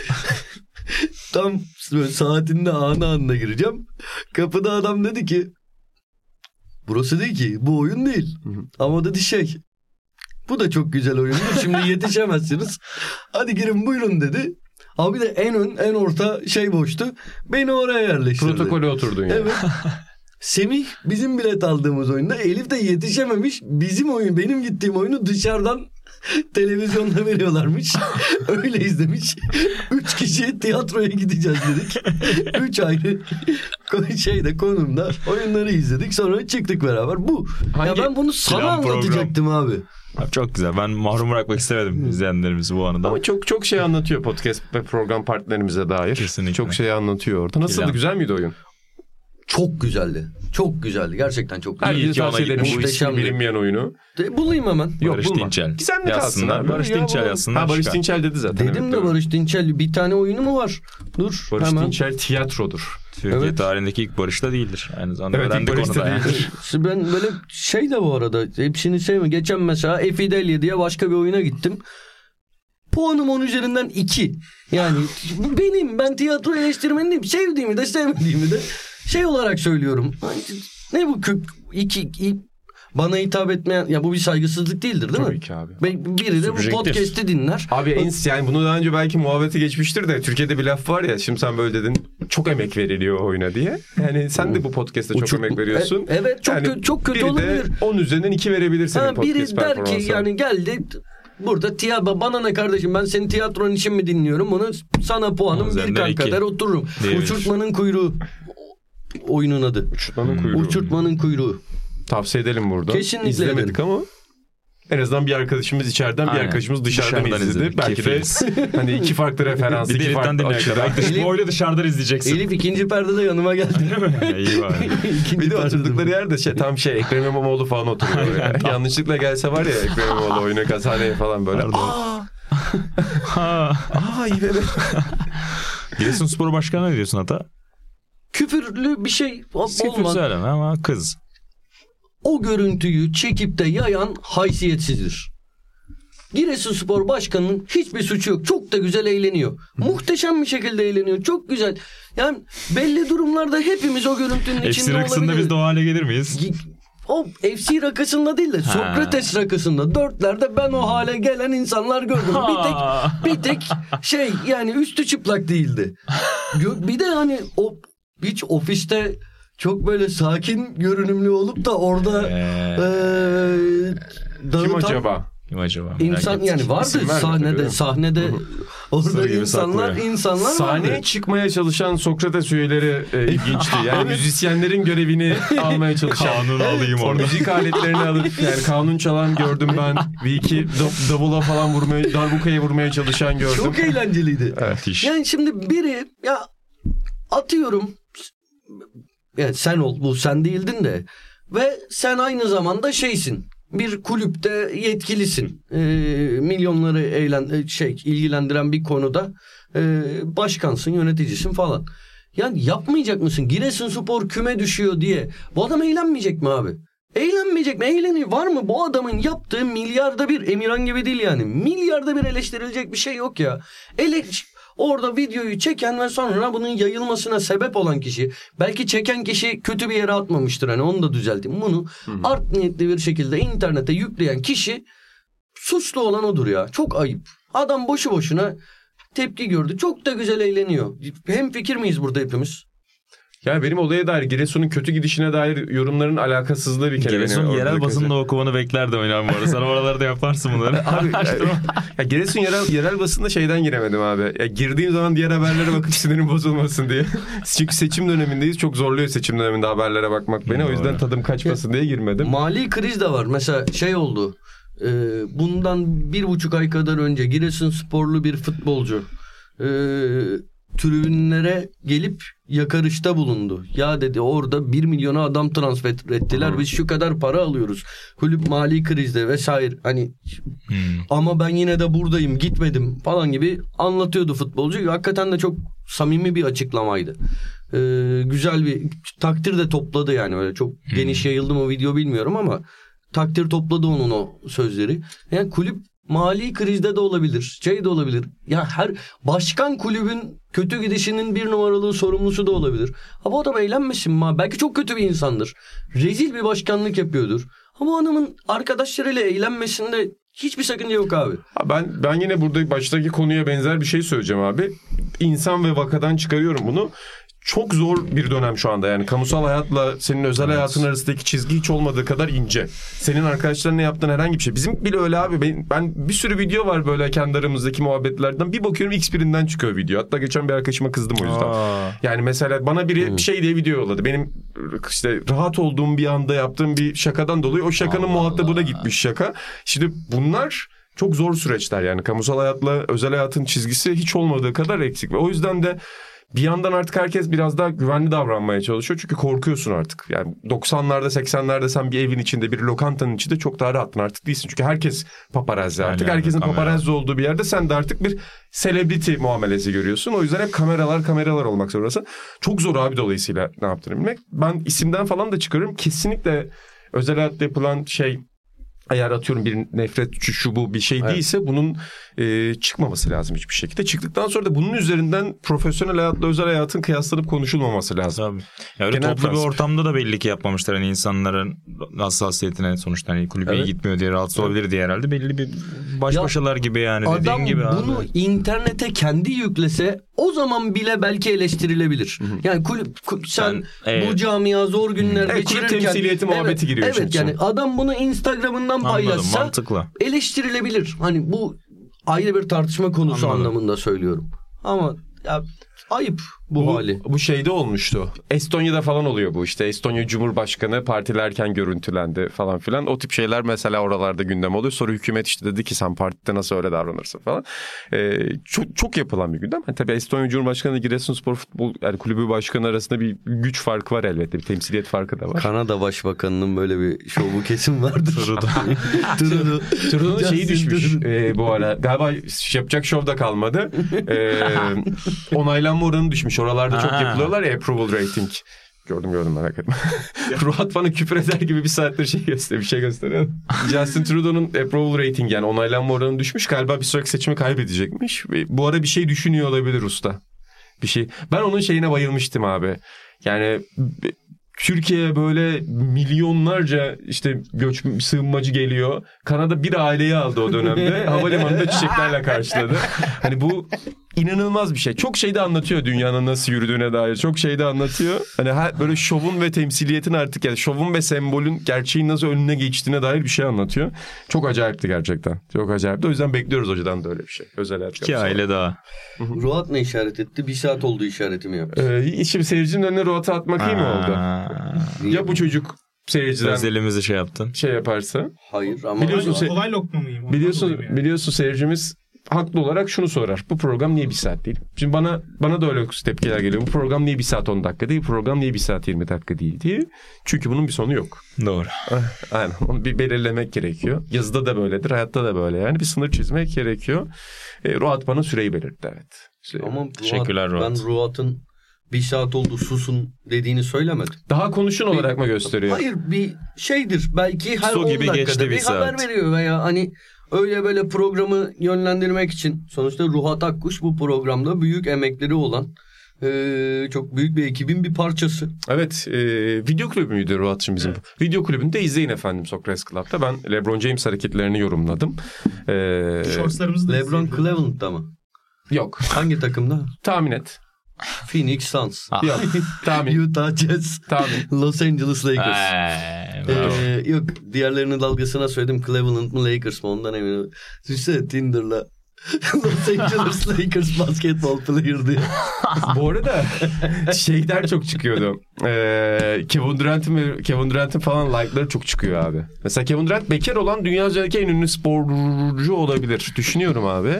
Tam böyle saatinde anı anına gireceğim. Kapıda adam dedi ki burası değil ki, bu oyun değil. Hı hı. Ama dedi şey, bu da çok güzel oyundur. Şimdi yetişemezsiniz. Hadi girin buyurun dedi. Abi de en ön en orta şey boştu. Beni oraya yerleştirdi. Protokole oturdun yani. Evet. Semih bizim bilet aldığımız oyunda, Elif de yetişememiş. Bizim oyun, benim gittiğim oyunu dışarıdan televizyonda veriyorlarmış. Öyle izlemiş. Üç kişi tiyatroya gideceğiz dedik. Üç ayrı şeyde, konumda oyunları izledik. Sonra çıktık beraber. Bu. Hangi Ya ben bunu sana plan, anlatacaktım program? abi. Abi çok güzel. Ben mahrum bırakmak istemedim izleyenlerimizi bu anında. Ama çok çok şey anlatıyor podcast ve program partnerimize dair. Kesinlikle. Çok şey anlatıyor orada. Nasıldı? Plan. Güzel miydi oyun? Çok güzeldi. Çok güzeldi. Gerçekten çok güzeldi. Herkese ki ona tavsiye ederim bu ismi muhteşemdi. bilinmeyen oyunu. De, bulayım hemen. Yok, Barış bulma. Dinçel. Gizemli kalsın Yazsınlar. abi. Barış Ya Dinçel bu- yazsınlar, Ha, Barış çıkar. Dinçel dedi zaten. Dedim evet, de doğru. Barış Dinçel bir tane oyunu mu var? Dur Barış hemen. Dinçel tiyatrodur. Türkiye Evet. tarihindeki ilk Barış da değildir. Aynı zamanda Evet, ilk öğrendik Barış onu da da yani. değildir. Ben böyle şey de bu arada hepsini sevmiyorum. Geçen mesela Efidelya diye başka bir oyuna gittim. Puanım on üzerinden iki. Yani bu benim. Ben tiyatro eleştirmeniyim. Sevdiğimi de sevmediğimi de şey olarak söylüyorum. Ne bu kök iki, iki bana hitap etmeyen, ya bu bir saygısızlık değildir değil mi? Tabii ki abi. Be- Biri de bu Subjektif. podcast'i dinler. Abi en, yani bunu daha önce belki muhabbeti geçmiştir de Türkiye'de bir laf var ya, şimdi sen böyle dedin, çok emek veriliyor oyuna diye. Yani sen de bu podcast'te çok Uçuk- emek veriyorsun. E- evet, çok yani kö- çok kötü biri olabilir. de on üzerinden iki verebilir senin Ha, podcast biri der ki performansına. yani geldi burada tiyatro, bana ne kardeşim, ben senin tiyatronun için mi dinliyorum bunu, sana puanım bir Üzerinden kat iki kadar otururum. diyebilir. Uçurtmanın kuyruğu oyunun adı. Uçurtmanın Hmm. kuyruğu. Uçurtmanın kuyruğu. Tavsiye edelim burada. Kesinlikle İzlemedik ederim. ama En azından bir arkadaşımız içeriden, bir Aynen. arkadaşımız dışarıdan, Dışarıdan izledi. izledik, Belki de keyifliyiz. hani iki farklı referans, Bir iki de farklı eliften dinle açıdan. arkadaşlar. Bu oyunu dışarıdan izleyeceksin. Elif ikinci perdede yanıma geldi. İyi var. İkinci Bir de perdede. oturdukları yerde şey, tam şey Ekrem İmamoğlu falan oturuyor oraya. Yanlışlıkla gelse var ya Ekrem İmamoğlu oyuna kazaneye falan böyle. Aa, Ha. aa iyi be. Giresunspor Başkanı ne diyorsun Ata? Küfürlü bir şey Küfür olmaz. söyleme ama kız. O görüntüyü çekip de yayan haysiyetsizdir. Giresunspor Başkanı'nın hiçbir suçu yok. Çok da güzel eğleniyor. Muhteşem bir şekilde eğleniyor. Çok güzel. Yani belli durumlarda hepimiz o görüntünün F içinde C rakısında olabiliriz. biz de o hale gelir miyiz? O F C rakısında değil de Sokrates rakısında dörtlerde ben o hale gelen insanlar gördüm. Bir tek bir tek şey yani üstü çıplak değildi. Gö- Bir de hani o hiç ofiste çok böyle sakin görünümlü olup da orada Ee, eee Kim dağıtan acaba? Kim acaba? insan yani vardı İsim verme sahnede tabii. sahnede orada Sır gibi insanlar saklıyor. insanlar Sahneye vardı. çıkmaya çalışan Sokrates üyeleri e, ilginçti. Yani müzisyenlerin görevini almaya çalışan. Kanunu alayım O orada. müzik aletlerini alıp yani kanun çalan gördüm ben. Bir iki da- davula falan vurmaya, darbukaya vurmaya çalışan gördüm. Çok eğlenceliydi. Müthiş. Yani şimdi biri ya atıyorum yani sen ol bu sen değildin de ve sen aynı zamanda şeysin bir kulüpte yetkilisin ee, milyonları eğlen şey ilgilendiren bir konuda ee, başkansın yöneticisin falan. Yani yapmayacak mısın? Giresunspor küme düşüyor diye. Bu adam eğlenmeyecek mi abi? Eğlenmeyecek mi? Eğleniyor. Var mı? Bu adamın yaptığı milyarda bir Emirhan gibi değil yani. Milyarda bir eleştirilecek bir şey yok ya. Ele orada videoyu çeken ve sonra bunun yayılmasına sebep olan kişi, belki çeken kişi kötü bir yere atmamıştır. Hani onu da düzelteyim. Bunu hı hı. art niyetli bir şekilde internete yükleyen kişi suçlu olan odur ya. Çok ayıp. Adam boşu boşuna tepki gördü. Çok da güzel eğleniyor. Hem fikir miyiz burada hepimiz? Yani benim olaya dair Giresun'un kötü gidişine dair yorumların alakasızlığı bir kere. Giresun beni yerel orada basında kötü. okumanı beklerdim oynam bu arada. Sen oralarda yaparsın bunları. Abi, ya Giresun yerel, yerel basında şeyden giremedim abi. Ya girdiğim zaman diğer haberlere bakıp sinirim bozulmasın diye. Çünkü seçim dönemindeyiz. Çok zorluyor seçim döneminde haberlere bakmak beni. O yüzden tadım kaçmasın diye girmedim. Mali kriz de var. Mesela şey oldu. E, bundan bir buçuk ay kadar önce Giresunsporlu bir futbolcu e, tribünlere gelip yakarışta bulundu. Ya dedi orada bir milyona adam transfer ettiler. Hı. Biz şu kadar para alıyoruz. Kulüp mali krizde vesaire. Hani hmm. ama ben yine de buradayım gitmedim falan gibi anlatıyordu futbolcu. Hakikaten de çok samimi bir açıklamaydı. Ee, güzel bir takdir de topladı yani. Öyle çok hmm. geniş yayıldı mı o video bilmiyorum ama takdir topladı onun o sözleri. Yani kulüp mali krizde de olabilir. Şey de olabilir. Ya her başkan kulübün kötü gidişinin bir numaralı sorumlusu da olabilir. Ha bu adam eğlenmesin mi? Belki çok kötü bir insandır. Rezil bir başkanlık yapıyordur. Ama bu adamın arkadaşlarıyla eğlenmesinde hiçbir sakınca yok abi. Ben ben yine burada baştaki konuya benzer bir şey söyleyeceğim abi. İnsan ve vakadan çıkarıyorum bunu. Çok zor bir dönem şu anda yani kamusal hayatla senin özel evet. hayatın arasındaki çizgi hiç olmadığı kadar ince. Senin arkadaşlarına yaptığın herhangi bir şey. Bizim bile öyle abi. Ben, ben bir sürü video var böyle kendi aramızdaki muhabbetlerden. Bir bakıyorum X birinden çıkıyor video. Hatta geçen bir arkadaşıma kızdım o yüzden. Aa. Yani mesela bana biri bir şey diye video yolladı. Benim işte rahat olduğum bir anda yaptığım bir şakadan dolayı o şakanın Allah muhatabına Allah. gitmiş şaka. Şimdi bunlar çok zor süreçler yani. Kamusal hayatla özel hayatın çizgisi hiç olmadığı kadar eksik. Ve o yüzden de bir yandan artık herkes biraz daha güvenli davranmaya çalışıyor. Çünkü korkuyorsun artık. Yani doksanlarda seksenlerde sen bir evin içinde bir lokantanın içinde çok daha rahattın artık değilsin. Çünkü herkes paparazzi artık. Aynen, herkesin kamera. paparazzi olduğu bir yerde sen de artık bir celebrity muamelesi görüyorsun. O yüzden hep kameralar kameralar olmak zorundasın. Çok zor abi dolayısıyla ne yaptığını bilmek. Ben isimden falan da çıkarıyorum. Kesinlikle özel hayatta yapılan şey... Eğer atıyorum bir nefret şu, şu bu bir şey evet. değilse bunun e, çıkmaması lazım hiçbir şekilde. Çıktıktan sonra da bunun üzerinden profesyonel hayatla özel hayatın kıyaslanıp konuşulmaması lazım. Tabii. Ya öyle genel toplu prensip. Bir ortamda da belli ki yapmamışlar. Hani insanların hassasiyetine sonuçta hani kulübe evet. gitmiyor diye rahatsız evet. olabilir diye herhalde. Belli bir baş ya, başalar gibi yani dediğin gibi. Adam bunu abi. internete kendi yüklese o zaman bile belki eleştirilebilir. Hı hı. Yani kulüp, kulüp sen ben, bu e, camia zor günler e, geçirirken. Kulüp temsiliyeti evet, muhabbeti giriyor. Evet çünkü. Yani adam bunu Instagram'ından paylaşsa mantıklı. Eleştirilebilir. Hani bu ayrı bir tartışma konusu Anladım. anlamında söylüyorum. Ama ya ayıp bu, Bu, hali. bu şeyde olmuştu. Estonya'da falan oluyor bu işte. Estonya Cumhurbaşkanı partilerken görüntülendi falan filan. O tip şeyler mesela oralarda gündem oluyor. Sonra hükümet işte dedi ki sen partide nasıl öyle davranırsın falan. Ee, çok çok yapılan bir gündem. Yani tabii Estonya Cumhurbaşkanı Giresunspor Futbol yani kulübü başkanı arasında bir güç farkı var elbette. Bir temsiliyet farkı da var. Kanada Başbakanı'nın böyle bir şovu kesin vardır. Trudeau. Trudeau. Trudeau'nun şeyi Justin düşmüş Trudeau. e, bu ara. Galiba yapacak şov da kalmadı. E, onaylanma oranı düşmüş. Oralarda çok Ha. yapılıyorlar ya approval rating. Gördüm gördüm merak etme. Ruhat bana küfür eder gibi bir saattir şey gösteriyor. Bir şey gösteriyor. Justin Trudeau'nun approval rating yani onaylanma oranı düşmüş. Galiba bir sonraki seçimi kaybedecekmiş. Ve bu ara bir şey düşünüyor olabilir usta. Bir şey. Ben onun şeyine bayılmıştım abi. Yani Türkiye'ye böyle milyonlarca işte göç sığınmacı geliyor. Kanada bir aileyi aldı o dönemde. Havalimanında çiçeklerle karşıladı. Hani bu inanılmaz bir şey. Çok şey de anlatıyor dünyanın nasıl yürüdüğüne dair. Çok şey de anlatıyor. Hani her, böyle şovun ve temsiliyetin artık yani şovun ve sembolün gerçeğin nasıl önüne geçtiğine dair bir şey anlatıyor. Çok acayipti gerçekten. Çok acayipti. O yüzden bekliyoruz hocadan da öyle bir şey. Özel hayat. İki aile daha. Ruat ne işaret etti? Bir saat oldu işaretimi yaptı. Ee, şimdi seyircinin önüne Ruhat'ı atmak iyi mi oldu? Ya bu çocuk seyirciden Özelimizi şey yaptın. şey yaparsa? Hayır ama Biliyorsun Olay, se- olay lokma mıyım? Ondan Biliyorsun dolayı mı yani? biliyorsun seyircimiz haklı olarak şunu sorar. Bu program niye bir saat değil? Şimdi bana bana da öyle tepkiler geliyor. Bu program niye bir saat on dakika değil? Bu program niye bir saat yirmi dakika değil diye. Çünkü bunun bir sonu yok. Doğru. Aynen. Onu bir belirlemek gerekiyor. Yazıda da böyledir, hayatta da böyle. Yani bir sınır çizmek gerekiyor. E, Ruat bana süreyi belirtti evet. Süreyi. ama Ruat, Teşekkürler Ruat. ben Ruat'ın bir saat oldu susun dediğini söylemedim. Daha konuşun olarak mı gösteriyor? Hayır bir şeydir belki her Su on gibi geçti dakikada bir bir haber saat. veriyor veya hani öyle böyle programı yönlendirmek için sonuçta Ruhat Akkuş bu programda büyük emekleri olan eee, çok büyük bir ekibin bir parçası. Evet, e, video kulübü müydü Ruat'cığım bizim? Evet. Video kulübünde izleyin efendim Sokrates Club'da. Ben LeBron James hareketlerini yorumladım. E, Shortslarımızı da LeBron izleyelim. Cleveland'da mı? yok, Hangi takımda? tahmin et. Phoenix Suns. Ah. Yok, tahmin. Utah Jazz. tahmin. Los Angeles Lakers. Eee, bravo. Ee, yok diğerlerinin dalgasına söyledim. Cleveland mı Lakers mı ondan eminim. Düşünsene Tinder'la Los Angeles Lakers basketbol player diye. Bu arada şeyler çok çıkıyordu. Ee, Kevin Durant'ın Kevin Durant'ın falan like'ları çok çıkıyor abi. Mesela Kevin Durant bekar olan dünya üzerindeki en ünlü sporcu olabilir. Düşünüyorum abi.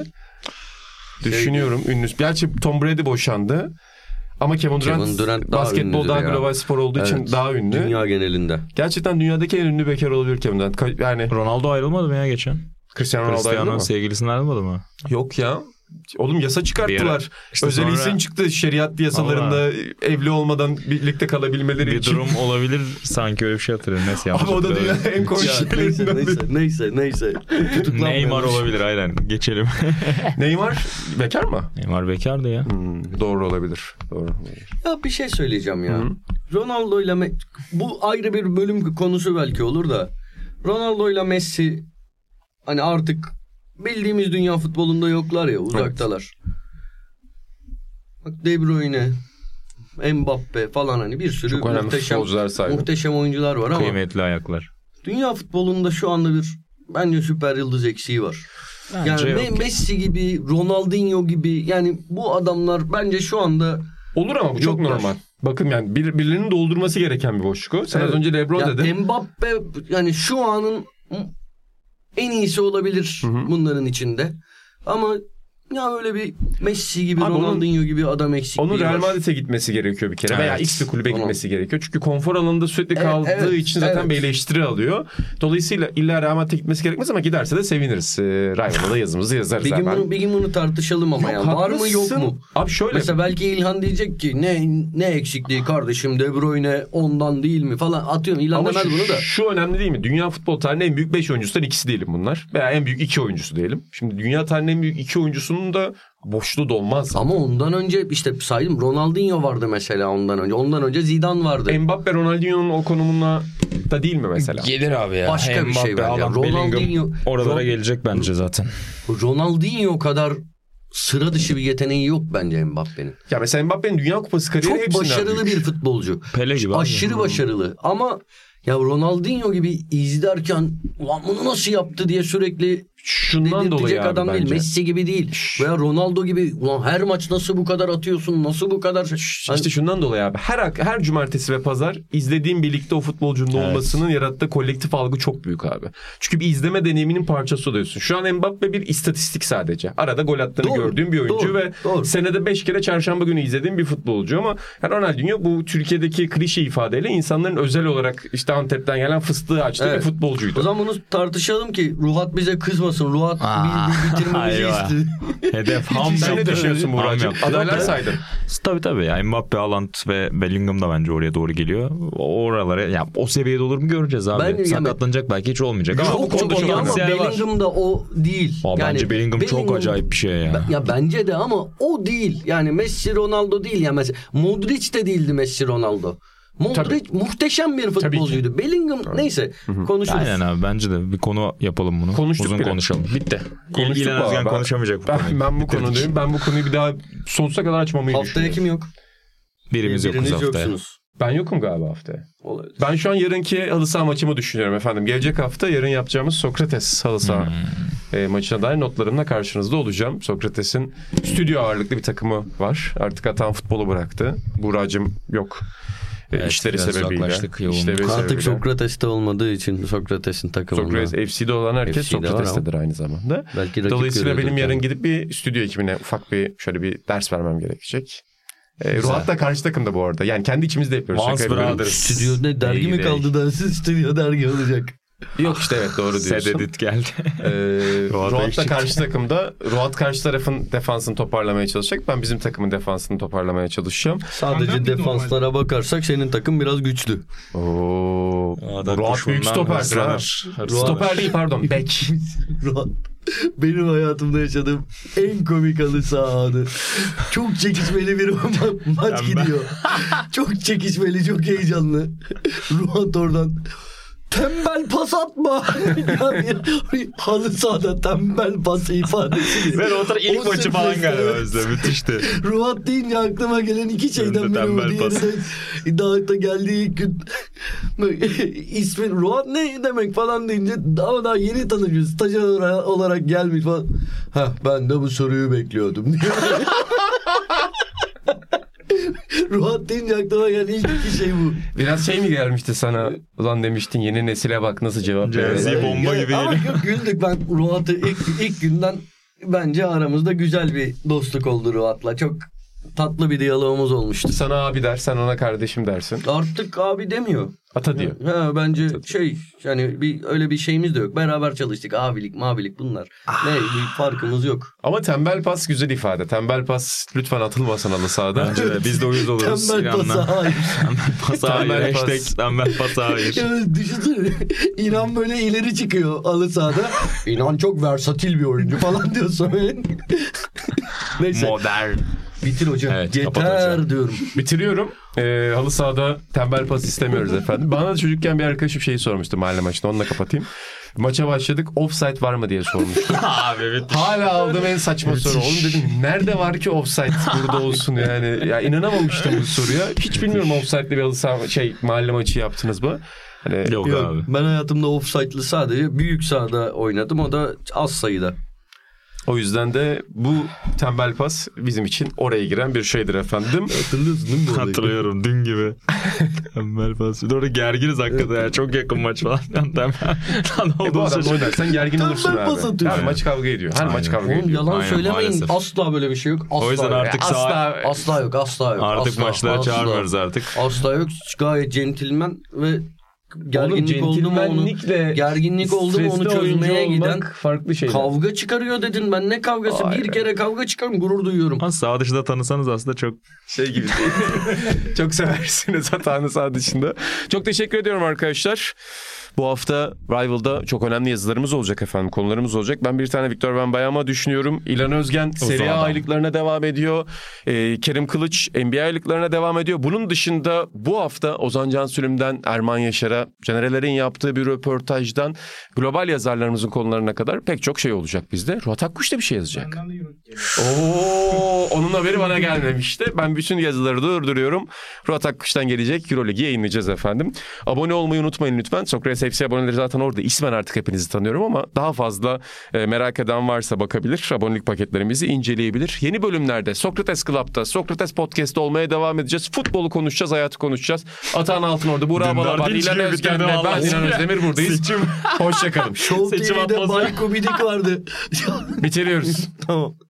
Düşünüyorum ünlü. Gerçi Tom Brady boşandı. Ama Kevin Durant, Kevin Durant daha basketbol ünlüdür daha ya. global spor olduğu için Evet, daha ünlü. Dünya genelinde. Gerçekten dünyadaki en ünlü bekar olabilir Kevin Durant. Ka- Yani Ronaldo ayrılmadı mı ya geçen? Cristiano Ronaldo ayrıldı Cristiano mı? sevgilisinden ayrılmadı mı? Yok ya. Oğlum yasa çıkarttılar. İşte Özel sonra isim çıktı şeriat yasalarında evli olmadan birlikte kalabilmeleri bir için. durum olabilir sanki öyle bir şey hatırlıyorum. Neyse yanlış Abi o da hatırlıyorum. dünyanın en komik Ya, neyse şeylerinden neyse biri. neyse neyse. Tutuklanmayalım. Neymar olabilir aynen. Geçelim. Neymar bekar mı? Neymar bekardı ya. Hmm, doğru olabilir. Doğru. Ya bir şey söyleyeceğim ya. Hı. Ronaldo ile Me- bu ayrı bir bölüm konusu belki olur da Ronaldo ile Messi hani artık bildiğimiz dünya futbolunda yoklar ya uzaktalar. Bak De Bruyne, Mbappe falan hani bir sürü Çok önemli muhteşem, futbolcular saydım. muhteşem oyuncular var ama Kıymetli ayaklar. dünya futbolunda şu anda bir bence süper yıldız eksiği var. Bence yani yok Me- ya. Messi gibi, Ronaldinho gibi yani bu adamlar bence şu anda Olur ama bu çok Yoklar. normal. Bakın yani bir, birilerinin doldurması gereken bir boşluk o. Sen Evet. az önce LeBron ya dedin. Mbappe yani şu anın en iyisi olabilir Hı hı. bunların içinde. Ama ya öyle bir Messi gibi, Abi onun- Ronaldinho gibi adam eksikliği Onun Real var. Madrid'e gitmesi gerekiyor bir kere veya Evet. X bir kulübe Onu- gitmesi gerekiyor. Çünkü konfor alanında sürekli Evet, kaldığı evet, için zaten evet. bir eleştiri alıyor. Dolayısıyla illa Real Madrid'e gitmesi gerekmez ama giderse de seviniriz. Ee, Rival'a da yazımızı yazarız Bir gün, hemen. bunu, bir gün bunu tartışalım ama ya. Var mı yok haklısın. mu? Abi şöyle. Mesela belki İlhan diyecek ki ne ne eksikliği kardeşim De Bruyne ondan değil mi falan atıyorum. İlhan Ama demez şu, bunu da. şu önemli değil mi? Dünya futbol tarihinin en büyük beş oyuncusundan ikisi diyelim bunlar. Veya en büyük iki oyuncusu diyelim. Şimdi dünya tarihinin en büyük iki oyuncusunun da boşluğu dolmaz. Ama ondan önce işte saydım Ronaldinho vardı mesela ondan önce. Ondan önce Zidane vardı. Mbappe Ronaldinho'nun o konumuna da değil mi mesela? Gelir abi ya. Başka bir şey var ya. Alan, Bellingham Ronaldinho oralara Ron- gelecek bence zaten. Ronaldinho kadar sıra dışı bir yeteneği yok bence Mbappe'nin. Ya mesela Mbappe'nin Dünya Kupası kariyeri Çok hepsinden başarılı büyük. bir futbolcu. Pele gibi abi. Aşırı başarılı ama ya Ronaldinho gibi izlerken ulan bunu nasıl yaptı diye sürekli Şundan dolayı abi adam bence. değil. Messi gibi değil. Veya Ronaldo gibi. Ulan her maç nasıl bu kadar atıyorsun? Nasıl bu kadar? İşte hani... şundan dolayı abi. Her her cumartesi ve pazar izlediğim birlikte o futbolcunun evet. olmasının yarattığı kolektif algı çok büyük abi. Çünkü bir izleme deneyiminin parçası oluyorsun. Şu an Mbappe bir istatistik sadece. Arada gol attığını doğru, gördüğüm bir oyuncu doğru, ve doğru. senede beş kere çarşamba günü izlediğim bir futbolcu ama Ronaldinho bu Türkiye'deki klişe ifadeyle insanların özel olarak işte Antep'ten gelen fıstığı açtığı evet. bir futbolcuydu. O zaman bunu tartışalım ki Ruhat bize kızmasın. Ruhat bir, bir bitirmemizi istiyor. Hedef ham. Sen ne düşünüyorsun Buğra'cığım? Adaylar saydın. Tabii tabii. Yani Mbappe, Haaland ve Bellingham da bence oraya doğru geliyor. Oralara ya yani o seviyede olur mu göreceğiz abi. Ben, Sakatlanacak yani, belki hiç olmayacak. Çok, ama bu konuda çok ama Bellingham da o değil. Aa, yani bence Bellingham, Bellingham çok acayip bir şey ya. Ya bence de ama o değil. Yani Messi, Ronaldo değil ya mesela. Modric de değildi Messi, Ronaldo. Modric Tabii. muhteşem bir futbolcuydu. Bellingham Tabii. neyse Hı-hı. konuşuruz. Aynen abi bence de bir konu yapalım bunu. Konuştuk Uzun bile. konuşalım. Bitti. Konuştuk İlgilen konuşamayacak bu ben, konuyu. Ben bu konudayım. Ben bu konuyu bir daha sonsuza kadar açmamayı haftaya düşünüyorum. Haftaya kim yok? Birimiz Biriniz yokuz haftaya. Yoksunuz. Ben yokum galiba haftaya. Olabilir. Ben şu an yarınki halı saha maçımı düşünüyorum efendim. Gelecek hafta yarın yapacağımız Sokrates halı saha hmm. e, maçına dair notlarımla karşınızda olacağım. Sokrates'in stüdyo ağırlıklı bir takımı var. Artık Atan futbolu bıraktı. Buğra'cığım yok. Evet, işleri sebebiyle. İşleri Artık sebebiyle. Sokrates'te olmadığı için Sokrates'in takımında. Sokrates F C'de olan herkes F C'de Sokrates'tedir aynı zamanda. Belki dolayısıyla benim yarın gidip bir stüdyo ekibine ufak bir şöyle bir ders vermem gerekecek. E, Ruhat da karşı takımda bu arada. Yani kendi içimizde yapıyoruz. Stüdyo ne dergi mi kaldı dersin? Stüdyo dergi olacak. Yok işte evet doğru diyorsun. Sededit geldi. Ee, Ruhat da karşı takımda. Ruhat karşı tarafın defansını toparlamaya çalışacak. Ben bizim takımın defansını toparlamaya çalışacağım. Sadece Anladım defanslara normal. Bakarsak senin takım biraz güçlü. Oo. Ruhat büyük stoper. Stoper değil pardon. Bek. Ruhat. Benim hayatımda yaşadığım en komik halı saha anı. Çok çekişmeli bir ma- maç gidiyor. Çok çekişmeli, çok heyecanlı. Ruhat oradan tembel pas atma. Yani, halı sahada tembel pas ifadesi. Ben o taraf ilk o maçı falan galiba özle. Müthişti. Ruhat deyince aklıma gelen iki şeyden biri bu. Diğeri de Dağıt'ta geldiği ilk gün ismi Ruhat ne demek falan deyince daha daha yeni tanışıyoruz. Stajyer olarak gelmiş falan. Heh, ben de bu soruyu bekliyordum diyor. Ruhat deyince aklıma gelen ilk iki şey bu. Biraz şey mi gelmişti sana? Ulan demiştin yeni nesile bak nasıl cevap veriyor. Cezi bomba gibi. Ama yok güldük ben Ruhat'ı ilk, ilk günden bence aramızda güzel bir dostluk oldu Ruhat'la. Çok tatlı bir diyalogumuz olmuştu. Sana abi der, sen ona kardeşim dersin. Artık abi demiyor. Ata diyor. Ha, bence Ata şey yani bir öyle bir şeyimiz de yok. Beraber çalıştık. Abilik, mabilik bunlar. Ah. Ne bir farkımız yok. Ama tembel pas güzel ifade. Tembel pas lütfen atılmasın halı sahada. Bence de biz de uyuz oluruz. Tembel pasa hayır. Tembel pasa hayır. Hashtag tembel pasa hayır. Yani düşünsene. İnan böyle ileri çıkıyor halı sahada. İnan çok versatil bir oyuncu falan diyorsun. Neyse. Modern. Bitir hocam. Evet, yeter diyorum. Bitiriyorum. Ee, halı sahada tembel pas istemiyoruz efendim. Bana da çocukken bir arkadaşım şeyi sormuştu mahalle maçında. Onunla kapatayım. Maça başladık. Offside var mı diye sormuştu. Abi evet. Hala aldığım en saçma soru. Oğlum dedim nerede var ki offside burada olsun yani. Ya inanamamıştım bu soruya. Hiç bilmiyorum offside'li bir halı saha şey mahalle maçı yaptınız mı? Hani, yok, yok abi. Ben hayatımda offside'lı sadece büyük sahada oynadım. O da az sayıda. O yüzden de bu tembel pas bizim için oraya giren bir şeydir efendim. Hatırlıyorsun değil mi bu olayı? Hatırlıyorum dün gibi. Tembel pas. Bir de orada gerginiz hakikaten ya. Çok yakın maç falan. Tembel. e bu adamla oynarsan gergin olursun abi. Her maç kavga ediyor. Her Aynen. maç kavga ediyor. Yalan Aynen, söylemeyin. Maalesef. Asla böyle bir şey yok. Asla o yüzden artık asla, sağ... asla yok. Asla yok. Artık asla, maçlara asla. çağırmıyoruz artık. Asla yok. Gayet centilmen ve gerginlik oldu mu onu gerginlik oldu mu onu çözmeye giden farklı şeyler. Kavga çıkarıyor dedin. Ben ne kavgası? Aynen. Bir kere kavga çıkarım gurur duyuyorum. Ha, sağ dışında tanısanız aslında çok şey gibi değil. Çok seversiniz hatanı sağ dışında. Çok teşekkür ediyorum arkadaşlar. Bu hafta Rival'da çok önemli yazılarımız olacak efendim. Konularımız olacak. Ben bir tane Victor Wembanyama düşünüyorum. İlhan Özgen Serie A aylıklarına devam ediyor. Ee, Kerim Kılıç N B A aylıklarına devam ediyor. Bunun dışında bu hafta Ozan Cansülüm'den Erman Yaşar'a, Caner'lerin yaptığı bir röportajdan global yazarlarımızın konularına kadar pek çok şey olacak bizde. Ruhat Akkuş da bir şey yazacak. Oo, onun haberi bana gelmemişti. Ben bütün yazıları durduruyorum. Ruhat Akkuş'tan gelecek. Euroligi yayınlayacağız efendim. Abone olmayı unutmayın lütfen. Sokrates F C aboneleri zaten orada. İsmen artık hepinizi tanıyorum ama daha fazla e, merak eden varsa bakabilir. Abonelik paketlerimizi inceleyebilir. Yeni bölümlerde Sokrates Club'da, Sokrates Podcast'ta olmaya devam edeceğiz. Futbolu konuşacağız, hayatı konuşacağız. Atahan Altınordu, Burak Balaban, İlhan Özgen'le ben Sinan Özdemir buradayız. Hoşçakalın. Show T V'de Bayko Bidik vardı. Bitiriyoruz. Tamam.